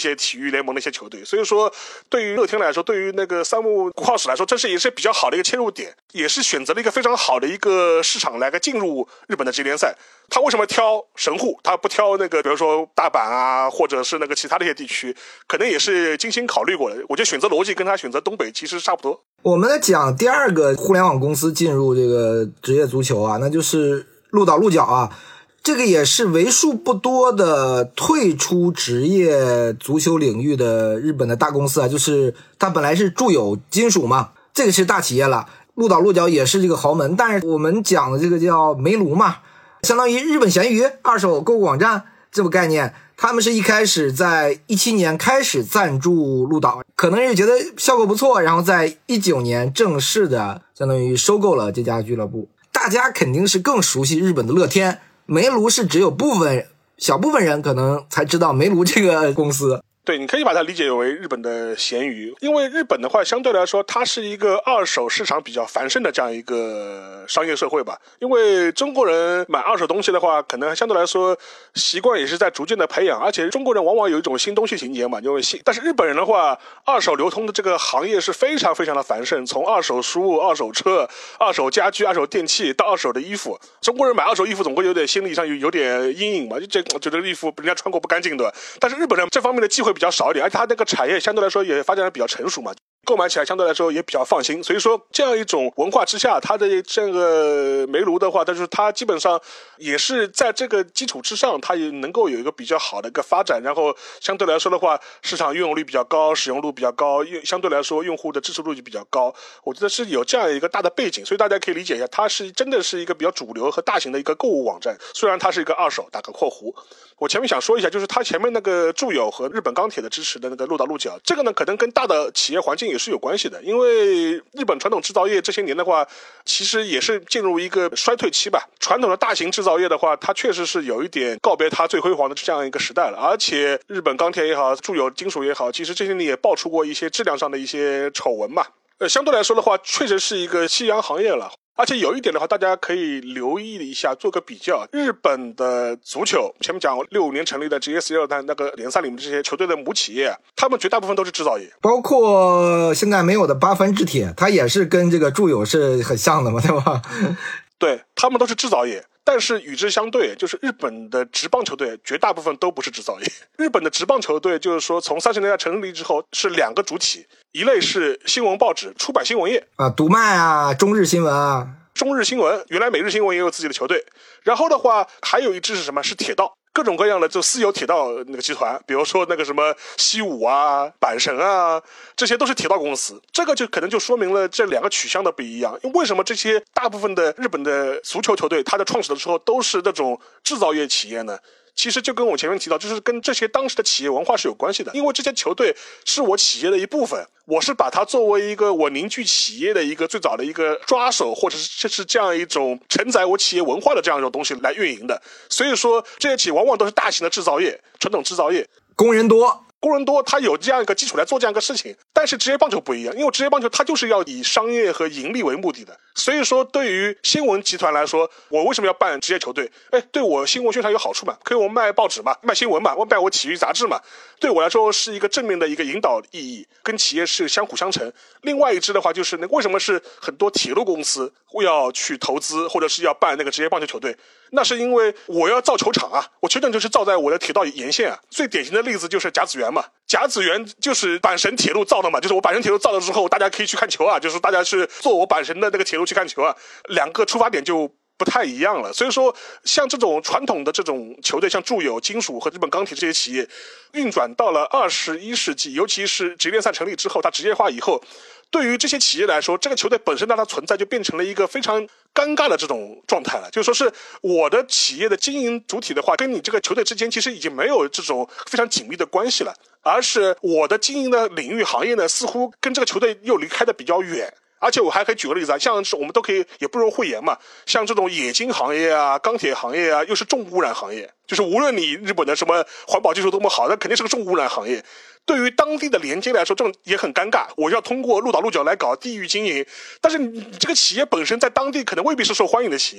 育联盟的一些球队。所以说对于乐天来说，对于那个三木古浩史来说，这是也是比较好的一个切入点，也是选择了一个非常好的一个市场来个进入日本的职业联赛。他为什么挑神户，他不挑那个比如说大阪啊，或者是那个其他的一些地区，可能也是精心考虑过的。我觉得选择逻辑跟他选择东北其实差不多。 我们来讲第二个互联网公司进入这个职业足球啊，那就是鹿岛鹿角啊。这个也是为数不多的退出职业足球领域的日本的大公司啊，就是它本来是住友金属嘛，这个是大企业了。鹿岛鹿角也是这个豪门，但是我们讲的这个叫煤炉嘛，相当于日本闲鱼二手购物网站这个概念。他们是一开始在一七年开始赞助鹿岛，可能是觉得效果不错，然后在一九年正式的相当于收购了这家俱乐部。大家肯定是更熟悉日本的乐天，煤炉是只有部分小部分人可能才知道煤炉这个公司。 对，你可以把它理解为日本的闲鱼，因为日本的话相对来说它是一个二手市场比较繁盛的这样一个商业社会吧。因为中国人买二手东西的话，可能相对来说习惯也是在逐渐的培养，而且中国人往往有一种新东西情节嘛，因为新。但是日本人的话，二手流通的这个行业是非常非常的繁盛，从二手书、二手车、二手家具、二手电器到二手的衣服。中国人买二手衣服总会有点心理上有有点阴影嘛，就这觉得衣服人家穿过不干净的。但是日本人这方面的机会比较少一点，而且他那个产业相对来说也发展的比较成熟嘛，购买起来相对来说也比较放心。所以说这样一种文化之下，它的这个煤炉的话，但是它基本上也是在这个基础之上，它也能够有一个比较好的一个发展，然后相对来说的话，市场运用率比较高，使用度比较高，相对来说用户的支持度就比较高。我觉得是有这样一个大的背景，所以大家可以理解一下，它是真的是一个比较主流和大型的一个购物网站。虽然它是一个二手，打个括弧。我前面想说一下，就是它前面那个住友和日本钢铁的支持的那个鹿岛鹿角，这个呢可能跟大的企业环境也是有关系的。因为日本传统制造业这些年的话，其实也是进入一个衰退期吧。传统的大型制造业的话，它确实是有一点告别它最辉煌的这样一个时代了。而且日本钢铁也好，住友金属也好，其实这些年也爆出过一些质量上的一些丑闻嘛。呃，相对来说的话，确实是一个夕阳行业了。而且有一点的话，大家可以留意一下，做个比较。日本的足球，前面讲六五年成立的 G S L 的那个联赛里面这些球队的母企业，他们绝大部分都是制造业， 包括现在没有的八分制铁，它也是跟这个住友是很像的嘛，对吧？ 对，他们都是制造业。但是与之相对，就是日本的职棒球队绝大部分都不是制造业。日本的职棒球队就是说从三十年代成立之后是两个主体，一类是新闻报纸出版新闻业啊，读卖啊，中日新闻啊， 中日新闻，原来每日新闻也有自己的球队。然后的话还有一支是什么？是铁道，各种各样的就私有铁道那个集团，比如说那个什么西武啊、阪神啊，这些都是铁道公司。这个就可能就说明了这两个取向的不一样。因为为什么这些大部分的日本的足球球队，它的创始的时候都是那种制造业企业呢？其实就跟我前面提到，就是跟这些当时的企业文化是有关系的。因为这些球队是我企业的一部分，我是把它作为一个我凝聚企业的一个最早的一个抓手，或者是是这样一种承载我企业文化的这样一种东西来运营的。所以说这些企业往往都是大型的制造业，传统制造业， 工人多。 工人多，他有这样一个基础来做这样一个事情。但是职业棒球不一样，因为职业棒球它就是要以商业和盈利为目的的。所以说对于新闻集团来说，我为什么要办职业球队？哎，对我新闻宣传有好处嘛，可以我卖报纸嘛，卖新闻嘛，我卖我体育杂志嘛，对我来说是一个正面的一个引导意义，跟企业是相辅相成。另外一支的话就是那为什么是很多铁路公司要去投资或者是要办那个职业棒球球队？那是因为我要造球场啊，我球场就是造在我的铁道沿线啊。最典型的例子就是甲子园嘛，甲子园就是阪神铁路造的嘛，就是我阪神铁路造了之后，大家可以去看球啊，就是大家是坐我阪神的那个铁路去看球啊，两个出发点就不太一样了。所以说像这种传统的这种球队，像住友金属和日本钢铁这些企业运转到了二十一世纪，尤其是职业联赛成立之后，它职业化以后，对于这些企业来说，这个球队本身它的存在就变成了一个非常尴尬的这种状态了。就是说是我的企业的经营主体的话，跟你这个球队之间其实已经没有这种非常紧密的关系了，而是我的经营的领域行业呢，似乎跟这个球队又离开的比较远。而且我还可以举个例子啊，像是我们都可以也不容讳言嘛，像这种冶金行业啊、钢铁行业啊，又是重污染行业，就是无论你日本的什么环保技术多么好，那肯定是个重污染行业。对于当地的连接来说，这种也很尴尬。我要通过鹿岛鹿角来搞地域经营，但是你这个企业本身在当地可能未必是受欢迎的企业。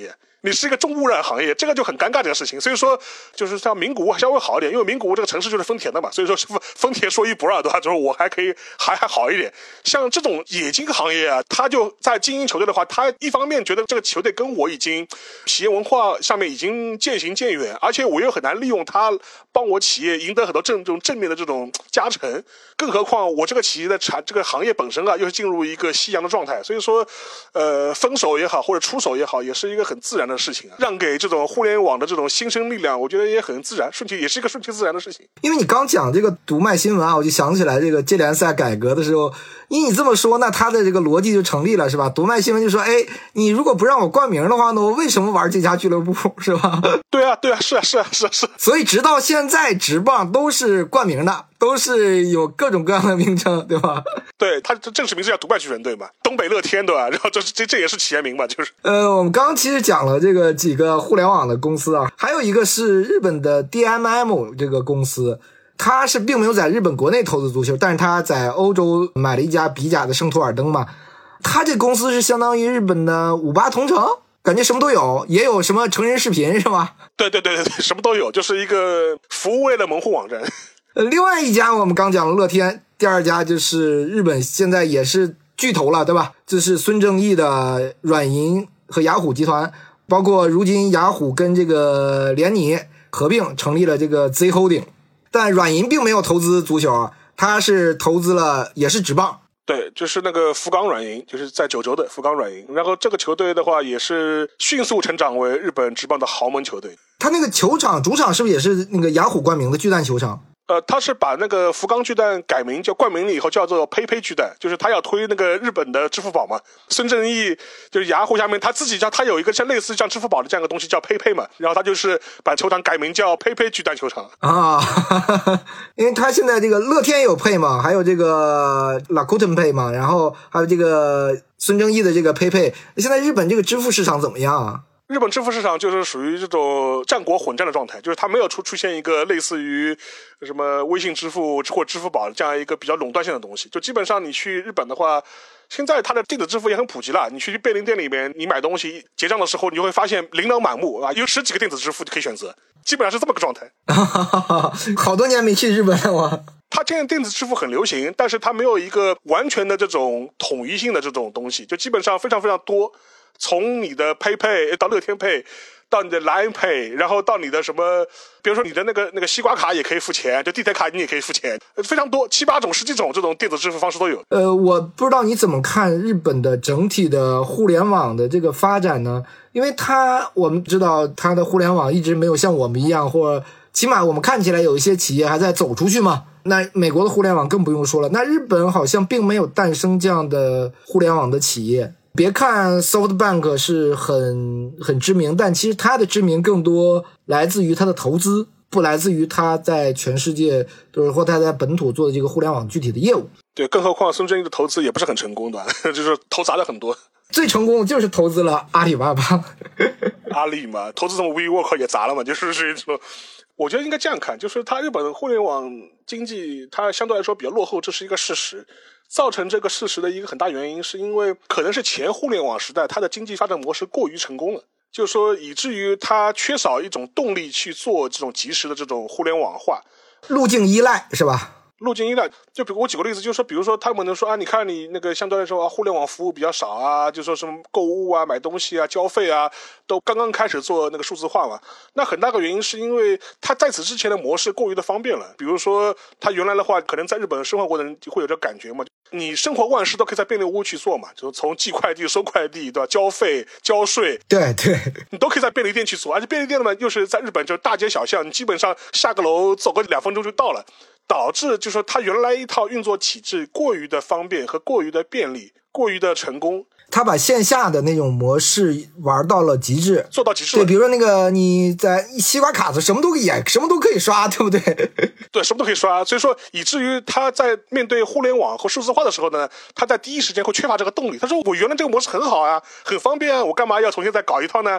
你是一个重污染行业，这个就很尴尬这个事情。所以说，就是像名古屋稍微好一点，因为名古屋这个城市就是丰田的嘛，所以说丰田说一不二，对吧？就是我还可以还还好一点。像这种冶金行业啊，他就在经营球队的话，他一方面觉得这个球队跟我已经企业文化上面已经渐行渐远，而且我又很难利用它帮我企业赢得很多正这种正面的这种加成，更何况我这个企业的产这个行业本身啊，又是进入一个夕阳的状态，所以说，呃，分手也好或者出手也好，也是一个很自然的事情啊。让给这种互联网的这种新生力量，我觉得也很自然，顺其也是一个顺其自然的事情。 因为你刚讲这个读卖新闻啊，我就想起来这个接联赛改革的时候，因为你这么说，那他的这个逻辑就成立了，是吧？读卖新闻就说，哎，你如果不让我冠名的话呢，我为什么玩这家俱乐部，是吧？ 对啊，对啊，是啊，是啊，是啊，是啊。 所以直到现在，职棒都是冠名的，都是有各种各样的名称，对吧？ 对，它正式名字叫读卖巨人队嘛，东北乐天，对吧？然后这这这也是企业名嘛，就是。 呃，我们刚刚其实讲了这个几个互联网的公司啊，还有一个是日本的 D M M 这个公司，它是并没有在日本国内投资足球，但是它在欧洲买了一家比甲的圣托尔登嘛，它这公司是相当于日本的五八同城。感觉什么都有，也有什么成人视频是吧？ 对对对对对，什么都有，就是一个服务类的门户网站。 呃，另外一家我们刚讲了乐天，第二家就是日本现在也是巨头了，对吧？这是孙正义的软银和雅虎集团，包括如今雅虎跟这个联拟合并成立了这个 Z Holding， 但软银并没有投资足球啊，它是投资了也是职棒。 对，就是那个福冈软银，就是在九州的福冈软银。然后这个球队的话，也是迅速成长为日本职棒的豪门球队。 他那个球场主场是不是也是那个雅虎冠名的巨蛋球场？ 呃，他是把那个福冈巨蛋改名叫冠名了以后叫做 PayPay 巨蛋，就是他要推那个日本的支付宝嘛。孙正义就是雅虎下面他自己叫他有一个像类似像支付宝的这样一个东西叫 PayPay 嘛，然后他就是把球场改名叫 PayPay 巨蛋球场啊，因为他现在这个乐天有 Pay 嘛，还有这个 Rakuten Pay 嘛，然后还有这个孙正义的这个 PayPay， 现在日本这个支付市场怎么样啊？ 日本支付市场就是属于这种战国混战的状态，就是它没有出出现一个类似于什么微信支付或支付宝这样一个比较垄断性的东西。就基本上你去日本的话，现在它的电子支付也很普及了。你去便利店里面，你买东西结账的时候，你就会发现琳琅满目啊，有十几个电子支付可以选择，基本上是这么个状态。 好多年没去日本了我。 它现在电子支付很流行，但是它没有一个完全的这种统一性的这种东西，就基本上非常非常多。从你的 PayPay 到乐天 Pay， 到你的 Line Pay， 然后到你的什么，比如说你的那个那个西瓜卡也可以付钱，就地铁卡你也可以付钱，非常多，七八种、十几种这种电子支付方式都有。 呃，我不知道你怎么看日本的整体的互联网的这个发展呢？因为它我们知道它的互联网一直没有像我们一样，或起码我们看起来有一些企业还在走出去嘛。那美国的互联网更不用说了，那日本好像并没有诞生这样的互联网的企业。别看 SoftBank 是很很知名，但其实它的知名更多来自于它的投资，不来自于它在全世界就是或它在本土做的这个互联网具体的业务。 对，更何况孙正义的投资也不是很成功的，就是投砸了很多。 最成功的就是投资了阿里巴巴。 阿里嘛，投资什么 WeWork 也砸了嘛，就是是一种。我觉得应该这样看，就是它日本互联网经济它相对来说比较落后，这是一个事实。造成这个事实的一个很大原因是因为可能是前互联网时代它的经济发展模式过于成功了，就是说以至于它缺少一种动力去做这种及时的这种互联网化， 路径依赖是吧？ 路径依赖，就比如我举个例子，就是说，比如说他们能说啊，你看你那个相对来说啊，互联网服务比较少啊，就说什么购物啊、买东西啊、交费啊，都刚刚开始做那个数字化嘛。那很大个原因是因为他在此之前的模式过于的方便了。比如说，他原来的话，可能在日本生活过的人会有这感觉嘛，你生活万事都可以在便利屋去做嘛，就从寄快递、收快递，对吧？交费、交税， 对对， 你都可以在便利店去做，而且便利店嘛，又是在日本就大街小巷，你基本上下个楼走个两分钟就到了。导致就是说它原来一套运作体制过于的方便和过于的便利，过于的成功。 他把线下的那种模式玩到了极致， 做到极致。 对，比如说那个你在西瓜卡子什么都也什么都可以刷，对不对？ 对，什么都可以刷。所以说以至于他在面对互联网和数字化的时候呢，他在第一时间会缺乏这个动力。他说我原来这个模式很好啊，很方便啊，我干嘛要重新再搞一套呢？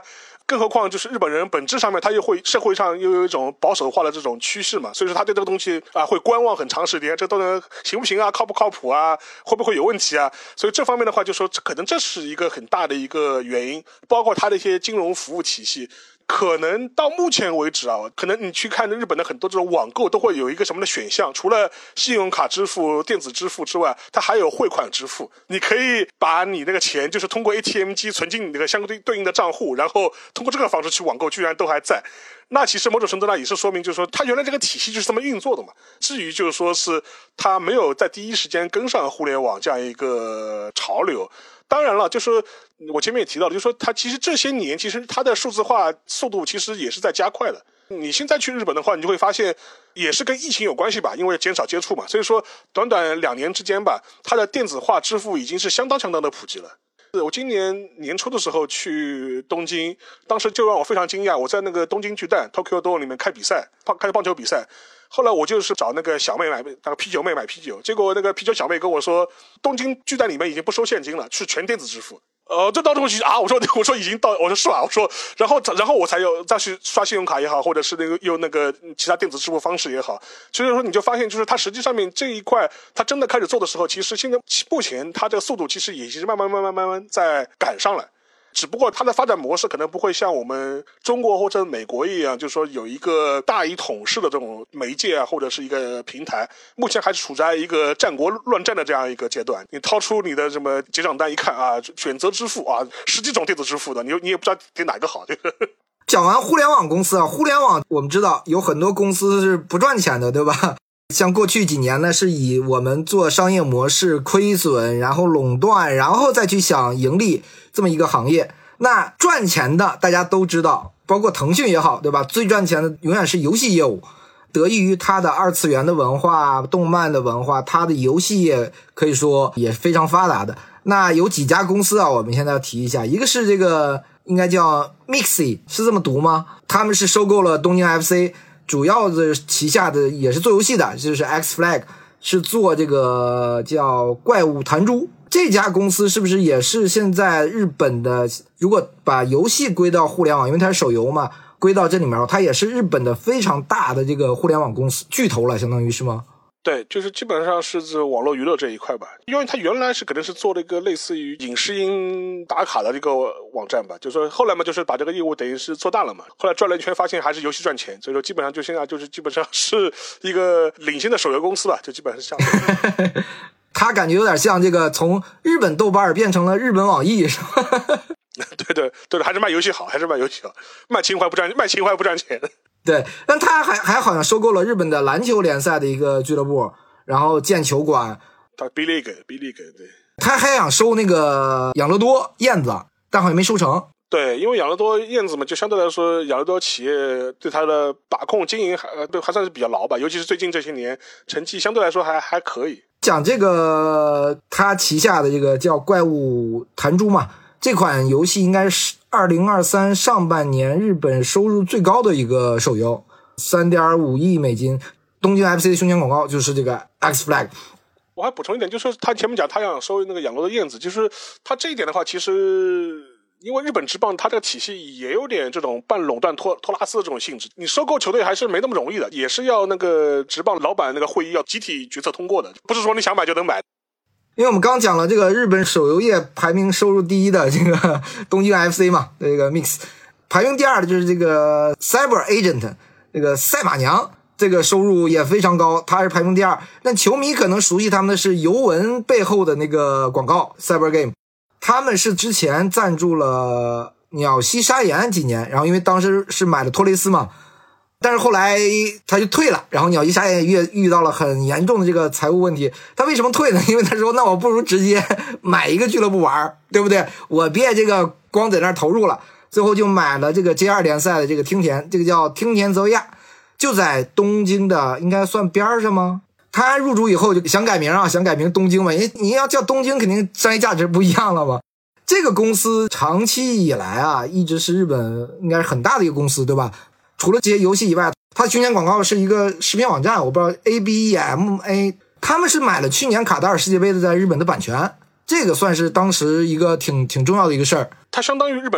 更何况就是日本人本质上面他又会社会上又有一种保守化的这种趋势嘛，所以说他对这个东西啊会观望很长时间，这都能行不行啊，靠不靠谱啊，会不会有问题啊？所以这方面的话，就说可能这是一个很大的一个原因，包括他的一些金融服务体系。可能到目前为止啊，可能你去看日本的很多这种网购都会有一个什么的选项，除了信用卡支付、电子支付之外，它还有汇款支付。你可以把你那个钱就是通过 A T M 机存进你那个相对对应的账户，然后通过这个方式去网购，居然都还在。那其实某种程度上也是说明，就是说它原来这个体系就是这么运作的嘛。至于就是说是它没有在第一时间跟上互联网这样一个潮流。当然了，就是我前面也提到了，就是说它其实这些年其实它的数字化速度其实也是在加快的。你现在去日本的话，你就会发现也是跟疫情有关系吧，因为减少接触嘛，所以说短短两年之间吧，它的电子化支付已经是相当相当的普及了。我今年年初的时候去东京，当时就让我非常惊讶，我在那个东京巨蛋 Tokyo Dome 里面开比赛，开棒球比赛。后来我就是找那个小妹买那个啤酒妹买啤酒，结果那个啤酒小妹跟我说，东京巨蛋里面已经不收现金了，是全电子支付。呃，这到这么去啊，我说我说已经到，我说是吧？我说，然后然后我才有再去刷信用卡也好，或者是那个用那个其他电子支付方式也好，所以说你就发现，就是它实际上面这一块，它真的开始做的时候，其实现在目前它这个速度其实也是慢慢慢慢慢慢在赶上来。只不过它的发展模式可能不会像我们中国或者美国一样，就是说有一个大一统式的这种媒介啊，或者是一个平台，目前还是处在一个战国乱战的这样一个阶段。你掏出你的什么结账单一看啊，选择支付啊，十几种电子支付的，你你也不知道点哪个好。这个讲完互联网公司啊，互联网我们知道有很多公司是不赚钱的，对吧？像过去几年呢，是以我们做商业模式亏损，然后垄断，然后再去想盈利这么一个行业。那赚钱的大家都知道，包括腾讯也好，对吧？最赚钱的永远是游戏业务，得益于它的二次元的文化、动漫的文化，它的游戏业可以说也非常发达的。那有几家公司啊，我们现在要提一下，一个是这个应该叫 Mixi， 是这么读吗？他们是收购了东京 F C， 主要的旗下的也是做游戏的，就是 X Flag， 是做这个叫怪物弹珠。这家公司是不是也是现在日本的，如果把游戏归到互联网，因为它是手游嘛，归到这里面，它也是日本的非常大的这个互联网公司巨头了，相当于是吗？ 对，就是基本上是指网络娱乐这一块吧，因为它原来是可能是做了一个类似于影视音打卡的这个网站吧，就是说后来嘛，就是把这个业务等于是做大了嘛，后来转了一圈发现还是游戏赚钱，所以说基本上就现在就是基本上是一个领先的手游公司吧，就基本上是这样。 他感觉有点像这个从日本豆瓣变成了日本网易，是吧？ 对对对，还是卖游戏好，还是卖游戏好，卖情怀不赚，卖情怀不赚钱。 对，但他还还好像收购了日本的篮球联赛的一个俱乐部，然后建球馆。 他 B League B League 对。 他还想收那个养乐多燕子，但好像没收成。 对，因为养乐多燕子嘛，就相对来说，养乐多企业对它的把控经营还对还算是比较牢吧，尤其是最近这些年，成绩相对来说还还可以。 讲这个他旗下的这个叫怪物弹珠嘛，这款游戏应该是二零二三上半年日本收入最高的一个手游， 三点五亿美金。东京 F C 的胸前广告就是这个 X Flag。 我还补充一点，就是他前面讲他想收那个养乐多燕子，就是他这一点的话，其实因为日本职棒它这个体系也有点这种半垄断托托拉斯的这种性质，你收购球队还是没那么容易的，也是要那个职棒老板那个会议要集体决策通过的，不是说你想买就能买。 因为我们刚讲了这个日本手游业排名收入第一的这个东京 F C 嘛，这个 Mix， 排名第二的就是这个 Cyber Agent， 这个赛马娘，这个收入也非常高，它是排名第二。但球迷可能熟悉他们的是尤文背后的那个广告 Cyber Game， 他们是之前赞助了鸟栖砂岩几年，然后因为当时是买了托雷斯嘛，但是后来他就退了，然后鸟栖砂岩也遇到了很严重的这个财务问题。他为什么退呢？因为他说那我不如直接买一个俱乐部玩，对不对？我别这个光在那儿投入了。最后就买了这个 J 二 联赛的这个听田，这个叫听田泽亚，就在东京的应该算边上吗？他入主以后就想改名啊，想改名东京嘛，因为你要叫东京肯定商业价值不一样了嘛。这个公司长期以来啊，一直是日本应该是很大的一个公司，对吧？除了这些游戏以外，它的胸前广告是一个视频网站，我不知道 A B E M A， 他们是买了去年卡塔尔世界杯的在日本的版权，这个算是当时一个挺挺重要的一个事儿。 它相当于日本 B 站，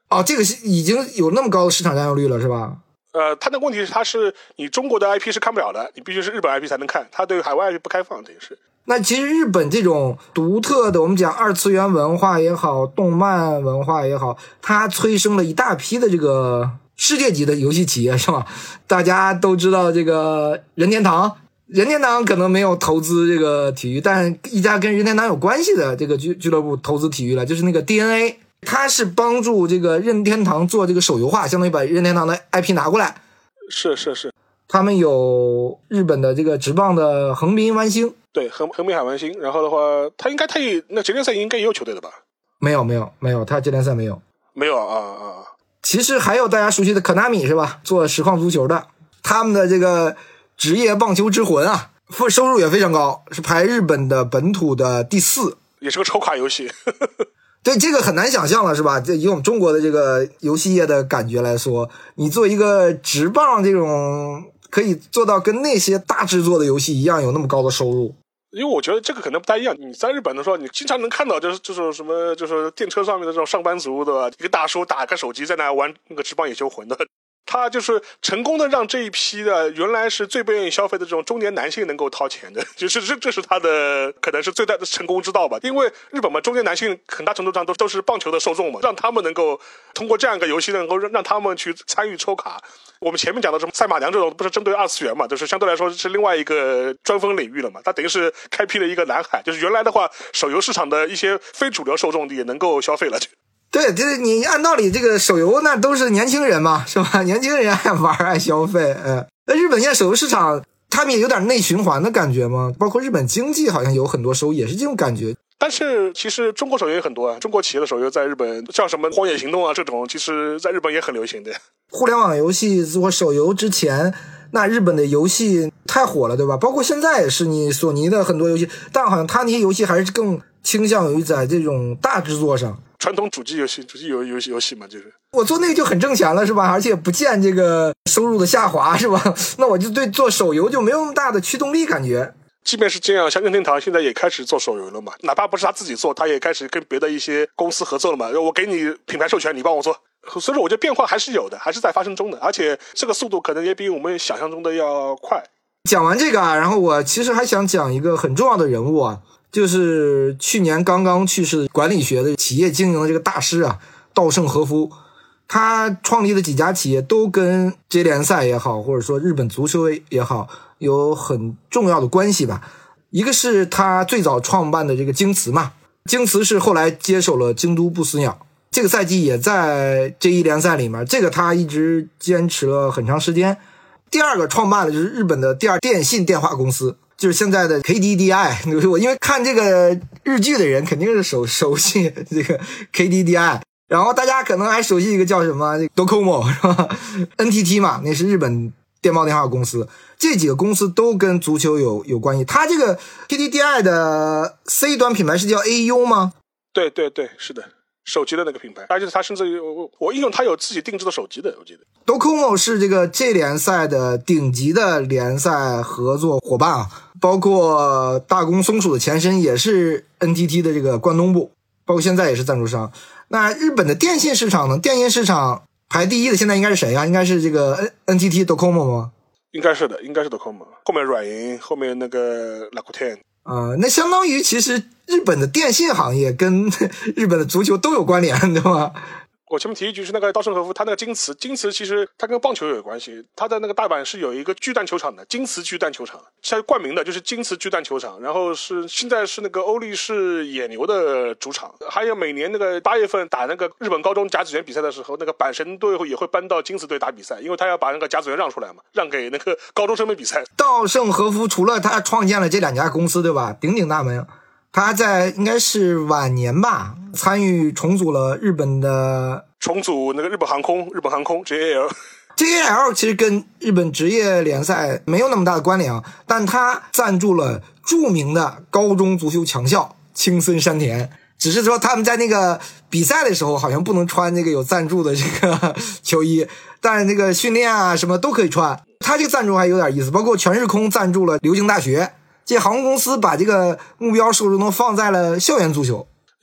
哦，这个是已经有那么高的市场占有率了，是吧？ 呃，它的问题是，它是你中国的 I P 是看不了的，你必须是日本 I P 才能看，它对海外 I P 不开放，这也是。 那其实日本这种独特的，我们讲二次元文化也好，动漫文化也好，它催生了一大批的这个世界级的游戏企业，是吧？大家都知道这个任天堂，任天堂可能没有投资这个体育，但一家跟任天堂有关系的这个俱俱乐部投资体育了，就是那个 D N A。它是帮助这个任天堂做这个手游化，相当于把任天堂的 I P 拿过来。 是是是， 他们有日本的这个职棒的横滨湾星， 对，横横滨海湾星。然后的话，他应该他也那职联赛应该也有球队的吧？ 没有没有没有，他职联赛没有， 没有啊啊。 其实还有大家熟悉的 Konami 是吧？做实况足球的，他们的这个职业棒球之魂啊，收入也非常高，是排日本的本土的第四， 也是个抽卡游戏。 对，这个很难想象了，是吧？这以我们中国的这个游戏业的感觉来说，你做一个职棒这种可以做到跟那些大制作的游戏一样有那么高的收入。 因为我觉得这个可能不太一样。你在日本的时候，你经常能看到就是就是什么就是电车上面的这种上班族，对吧？一个大叔打开手机在那玩那个职棒野球魂的。他就是成功的让这一批的原来是最不愿意消费的这种中年男性能够掏钱的，就是这这是他的可能是最大的成功之道吧。因为日本嘛，中年男性很大程度上都都是棒球的受众嘛，让他们能够通过这样一个游戏能够让他们去参与抽卡。我们前面讲的什么赛马娘这种不是针对二次元嘛，就是相对来说是另外一个专分领域了嘛。它等于是开辟了一个蓝海，就是原来的话手游市场的一些非主流受众也能够消费了。 对，就是你按道理这个手游那都是年轻人嘛，是吧？年轻人爱玩爱消费，呃，那日本现在手游市场他们也有点内循环的感觉吗？包括日本经济好像有很多收入也是这种感觉。 但是其实中国手游也很多啊，中国企业的手游在日本像什么荒野行动啊这种，其实在日本也很流行的。 互联网游戏做手游之前，那日本的游戏太火了，对吧？包括现在也是，你索尼的很多游戏，但好像它那些游戏还是更倾向于在这种大制作上。 传统主机游戏，主机游游戏游戏嘛，就是我做那个就很挣钱了，是吧？而且不见这个收入的下滑，是吧？那我就对做手游就没有那么大的驱动力感觉。 即便是这样，像任天堂现在也开始做手游了嘛，哪怕不是他自己做，他也开始跟别的一些公司合作了嘛。我给你品牌授权，你帮我做。所以说，我觉得变化还是有的，还是在发生中的，而且这个速度可能也比我们想象中的要快。 讲完这个啊，然后我其实还想讲一个很重要的人物啊。就是去年刚刚去世的管理学的企业经营的这个大师啊，稻盛和夫，他创立的几家企业都跟职业联赛也好，或者说日本足球也好，有很重要的关系吧。一个是他最早创办的这个京瓷嘛，京瓷是后来接手了京都不死鸟，这个赛季也在 J 一 联赛里面，这个他一直坚持了很长时间。第二个创办的就是日本的第二电信电话公司，就是现在的 K D D I。 我因为看这个日剧的人肯定是熟熟悉这个 K D D I， 然后大家可能还熟悉一个叫什么 Docomo 是吧 N T T 嘛，那是日本电报电话公司。这几个公司都跟足球有有关系。它这个 K D D I 的 C 端品牌是叫 A U 吗？ 对对对，是的，手机的那个品牌，而且它甚至有我印象它有自己定制的手机的，我记得。 Docomo 是这个 J 联赛的顶级的联赛合作伙伴啊，包括大宫松鼠的前身也是 N T T 的这个关东部，包括现在也是赞助商。那日本的电信市场呢？电信市场排第一的现在应该是谁啊？应该是这个 N T T Docomo 吗？ 应该是的，应该是 Docomo， 后面软银，后面那个 Rakuten。 呃，那相当于其实日本的电信行业跟日本的足球都有关联，对吧？ 我前面提一句是那个稻盛和夫，他那个京瓷，京瓷其实他跟棒球有关系。他在那个大阪是有一个巨蛋球场的，京瓷巨蛋球场，它冠名的就是京瓷巨蛋球场。然后是现在是那个欧力士野牛的主场。还有每年那个八月份打那个日本高中甲子园比赛的时候，那个阪神队也会搬到京瓷队打比赛，因为他要把那个甲子园让出来嘛，让给那个高中生们比赛。 稻盛和夫除了他创建了这两家公司，对吧？鼎鼎大名。他在应该是晚年吧，参与重组了日本的重组那个日本航空，日本航空 J A L。J A L 其实跟日本职业联赛没有那么大的关联啊，但他赞助了著名的高中足球强校青森山田，只是说他们在那个比赛的时候好像不能穿这个有赞助的这个球衣，但是那个训练啊什么都可以穿。他这个赞助还有点意思，包括全日空赞助了流经大学。这航空公司把这个目标受众都放在了校园足球。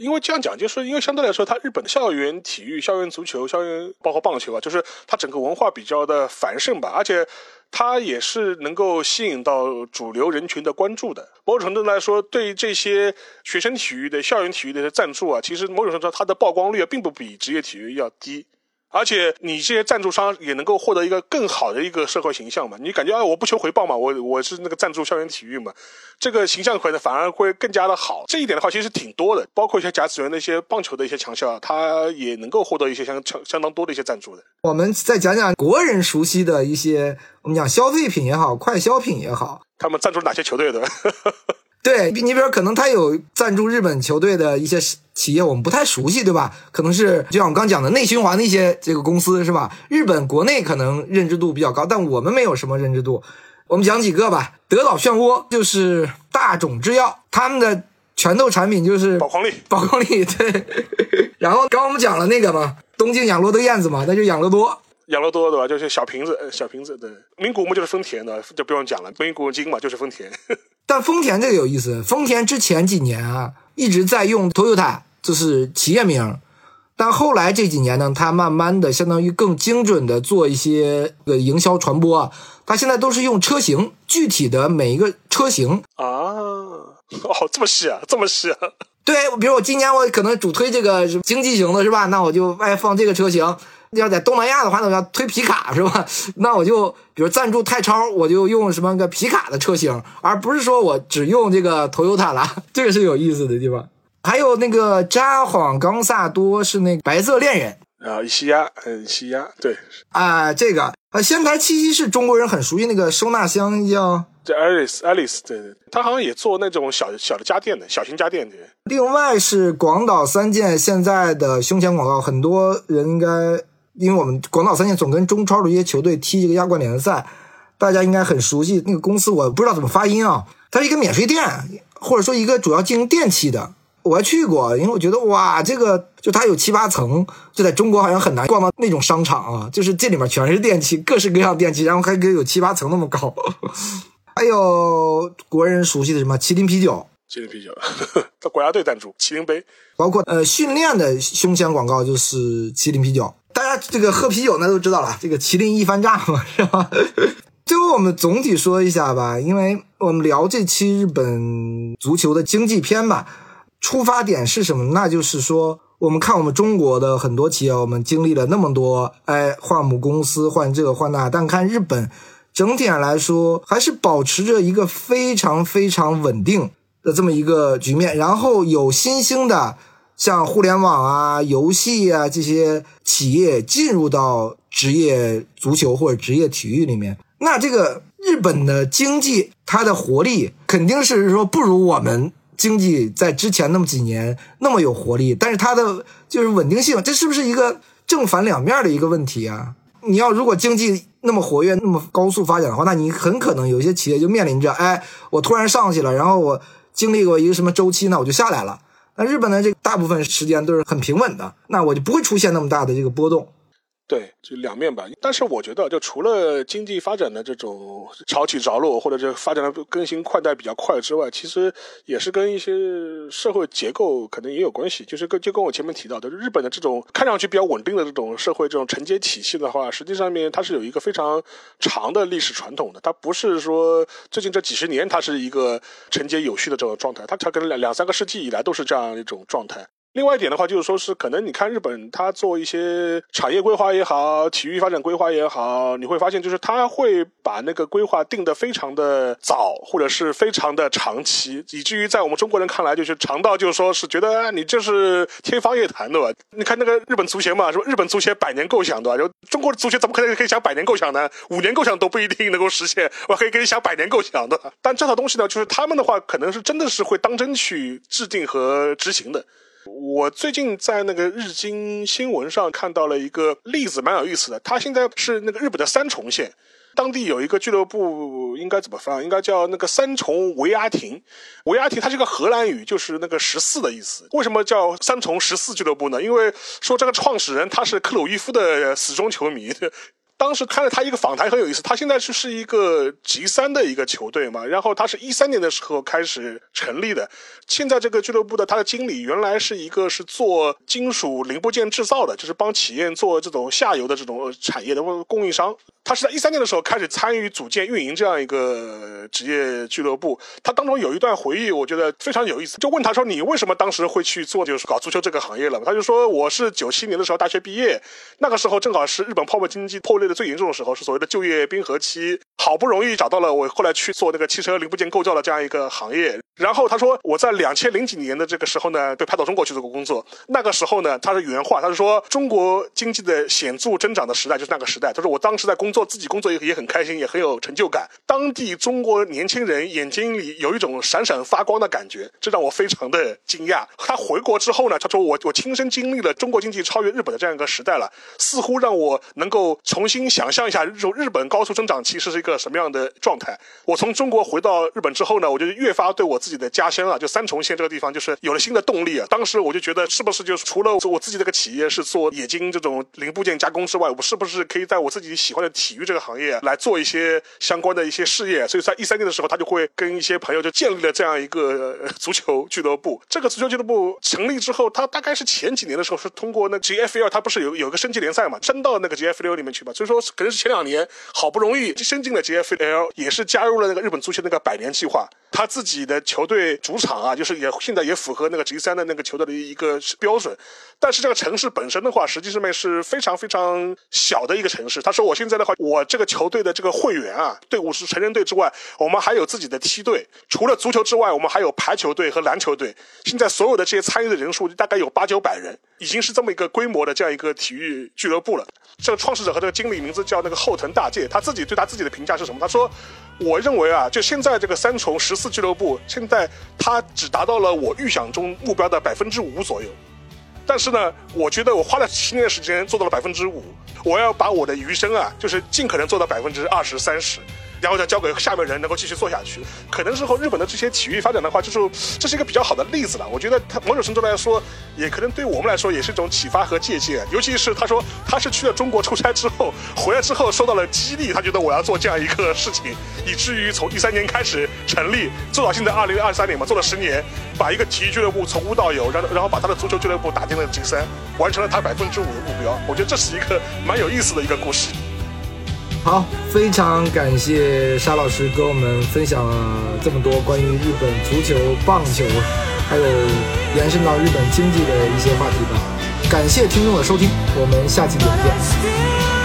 因为这样讲，就是因为相对来说，它日本的校园体育、校园足球、校园包括棒球啊，就是它整个文化比较的繁盛吧，而且它也是能够吸引到主流人群的关注的。某种程度来说，对这些学生体育的、校园体育的赞助啊，其实某种程度上它的曝光率并不比职业体育要低。而且你这些赞助商也能够获得一个更好的一个社会形象嘛，你感觉啊我不求回报嘛，我我是那个赞助校园体育嘛，这个形象可能反而会更加的好。这一点的话其实挺多的，包括一些甲子园的一些棒球的一些强校，它也能够获得一些相相当多的一些赞助的。 我们再讲讲国人熟悉的一些，我们讲消费品也好，快消品也好， 他们赞助哪些球队的？ 对，你比如可能他有赞助日本球队的一些企业我们不太熟悉，对吧？可能是就像我刚讲的内循环的一些这个公司，是吧？日本国内可能认知度比较高，但我们没有什么认知度。我们讲几个吧。德岛漩涡就是大冢制药，他们的拳头产品就是宝矿力， 宝矿力，对。然后刚我们讲了那个嘛，东京养乐多燕子嘛，那就养乐多。 养乐多对吧？就是小瓶子，小瓶子。对，名古屋就是丰田的，就不用讲了。名古屋金嘛，就是丰田。 但丰田这个有意思，丰田之前几年啊一直在用 Toyota， 就是企业名，但后来这几年呢，它慢慢的相当于更精准的做一些个营销传播啊，它现在都是用车型，具体的每一个车型啊，哦，这么细啊，这么细啊。 对，比如我今年我可能主推这个经济型的是吧？那我就爱放这个车型。要在东南亚的话，那我要推皮卡是吧？那我就比如赞助泰超，我就用什么个皮卡的车型，而不是说我只用这个 Toyota 了，这个是有意思的地方。还有那个札幌冈萨多是那个白色恋人啊，伊西亚，嗯，伊西亚，对啊，这个啊，仙台七夕是中国人很熟悉那个收纳箱叫。 这 Alice Alice 对对，他好像也做那种小小的家电的小型家电的。 另外是广岛三箭现在的胸前广告，很多人应该因为我们广岛三箭总跟中超的一些球队踢这个亚冠联赛，大家应该很熟悉那个公司，我不知道怎么发音啊，它是一个免税店，或者说一个主要经营电器的。我还去过，因为我觉得哇，这个就它有七八层，就在中国好像很难逛到那种商场啊，就是这里面全是电器，各式各样电器，然后还有七八层那么高。还有国人熟悉的什么麒麟啤酒， 麒麟啤酒，他国家队赞助麒麟杯， 包括呃训练的胸前广告就是麒麟啤酒。大家这个喝啤酒呢都知道了，这个麒麟一番炸嘛，是吧？最后我们总体说一下吧，因为我们聊这期日本足球的经济篇嘛，出发点是什么？那就是说，我们看我们中国的很多企业，我们经历了那么多，哎，换母公司，换这个换那，但看日本整体上来说还是保持着一个非常非常稳定的这么一个局面，然后有新兴的像互联网啊、游戏啊这些企业进入到职业足球或者职业体育里面，那这个日本的经济它的活力肯定是说不如我们经济在之前那么几年那么有活力，但是它的就是稳定性，这是不是一个正反两面的一个问题啊？你要如果经济那么活跃那么高速发展的话，那你很可能有一些企业就面临着，哎，我突然上去了，然后我经历过一个什么周期，那我就下来了。那日本的这个大部分时间都是很平稳的，那我就不会出现那么大的这个波动。 对，就两面吧。但是我觉得，就除了经济发展的这种潮起潮落，或者这发展的更新换代比较快之外，其实也是跟一些社会结构可能也有关系。就是跟就跟我前面提到的，日本的这种看上去比较稳定的这种社会这种承接体系的话，实际上面它是有一个非常长的历史传统的。它不是说最近这几十年它是一个承接有序的这种状态，它它可能两两三个世纪以来都是这样一种状态。另外一点的话，就是说是可能你看日本，它做一些产业规划也好，体育发展规划也好，你会发现就是它会把那个规划定得非常的早，或者是非常的长期，以至于在我们中国人看来就是长到就是说是觉得、啊、你这是天方夜谭，对吧？你看那个日本足协嘛，说日本足协百年构想，对吧？就中国的足协怎么可能可以想百年构想呢？五年构想都不一定能够实现，我可以给你想百年构想的。但这套东西呢，就是他们的话可能是真的是会当真去制定和执行的。我最近在那个日经新闻上看到了一个例子，蛮有意思的。它现在是那个日本的三重县，当地有一个俱乐部，应该怎么翻？应该叫那个三重维阿廷。维阿廷它是个荷兰语，就是那个十四的意思。为什么叫三重十四俱乐部呢？因为说这个创始人他是克鲁伊夫的死忠球迷。 当时看了他一个访谈很有意思，他现在是一个 G 三 的一个球队嘛，然后他是一三年的时候开始成立的。现在这个俱乐部的他的经理原来是一个是做金属零部件制造的，就是帮企业做这种下游的这种产业的供应商。他是在一三年的时候开始参与组建运营这样一个职业俱乐部。他当中有一段回忆我觉得非常有意思，就问他说你为什么当时会去做就是搞足球这个行业了？他就说我是九七年的时候大学毕业，那个时候正好是日本泡沫经济破裂的最严重的时候，是所谓的就业冰河期，好不容易找到了我后来去做那个汽车零部件构造的这样一个行业。然后他说我在两千零几年的这个时候呢被派到中国去做工作，那个时候呢他是原话，他是说中国经济的显著增长的时代就是那个时代，他说我当时在工作自己工作也很开心，也很有成就感，当地中国年轻人眼睛里有一种闪闪发光的感觉，这让我非常的惊讶。他回国之后呢，他说我我亲身经历了中国经济超越日本的这样一个时代了，似乎让我能够重新想象一下日本高速增长期是一个什么样的状态。我从中国回到日本之后呢，我就越发对我自己的家乡啊，就三重县这个地方就是有了新的动力啊。当时我就觉得是不是就是除了我自己这个企业是做冶金这种零部件加工之外，我是不是可以在我自己喜欢的体育这个行业来做一些相关的一些事业。所以在一三年的时候他就会跟一些朋友就建立了这样一个足球俱乐部。这个足球俱乐部成立之后，他大概是前几年的时候是通过那 G F L， 他不是有有个升级联赛嘛，升到那个 G F L 里面去嘛，所以说可能是前两年好不容易升进了 G F L， 也是加入了那个日本足球那个百年计划。他自己的球队主场啊，就是也现在也符合那个 G 三 的那个球队的一个标准。但是这个城市本身的话，实际上面是非常非常小的一个城市。他说我现在的话，我这个球队的这个会员啊，队伍是成人队之外，我们还有自己的梯队，除了足球之外，我们还有排球队和篮球队。现在所有的这些参与的人数大概有八九百人，已经是这么一个规模的这样一个体育俱乐部了。这个创始者和这个经理名字叫那个后藤大介，他自己对他自己的评价是什么？他说我认为啊，就现在这个三重十四俱乐部，现在他只达到了我预想中目标的百分之五左右。但是呢，我觉得我花了七年的时间做到了百分之五，我要把我的余生啊，就是尽可能做到百分之二十三十。然后再交给下面人能够继续做下去。可能之后日本的这些体育发展的话，就是这是一个比较好的例子了。我觉得他某种程度来说，也可能对我们来说也是一种启发和借鉴。尤其是他说他是去了中国出差之后，回来之后受到了激励，他觉得我要做这样一个事情，以至于从一三年开始成立，做到现在二零二三年嘛，做了十年，把一个体育俱乐部从无到有，然后然后把他的足球俱乐部打进了 G 三，完成了他百分之五的目标。我觉得这是一个蛮有意思的一个故事。 好，非常感谢沙老师跟我们分享了这么多关于日本足球、棒球，还有延伸到日本经济的一些话题吧。感谢听众的收听，我们下期节目见。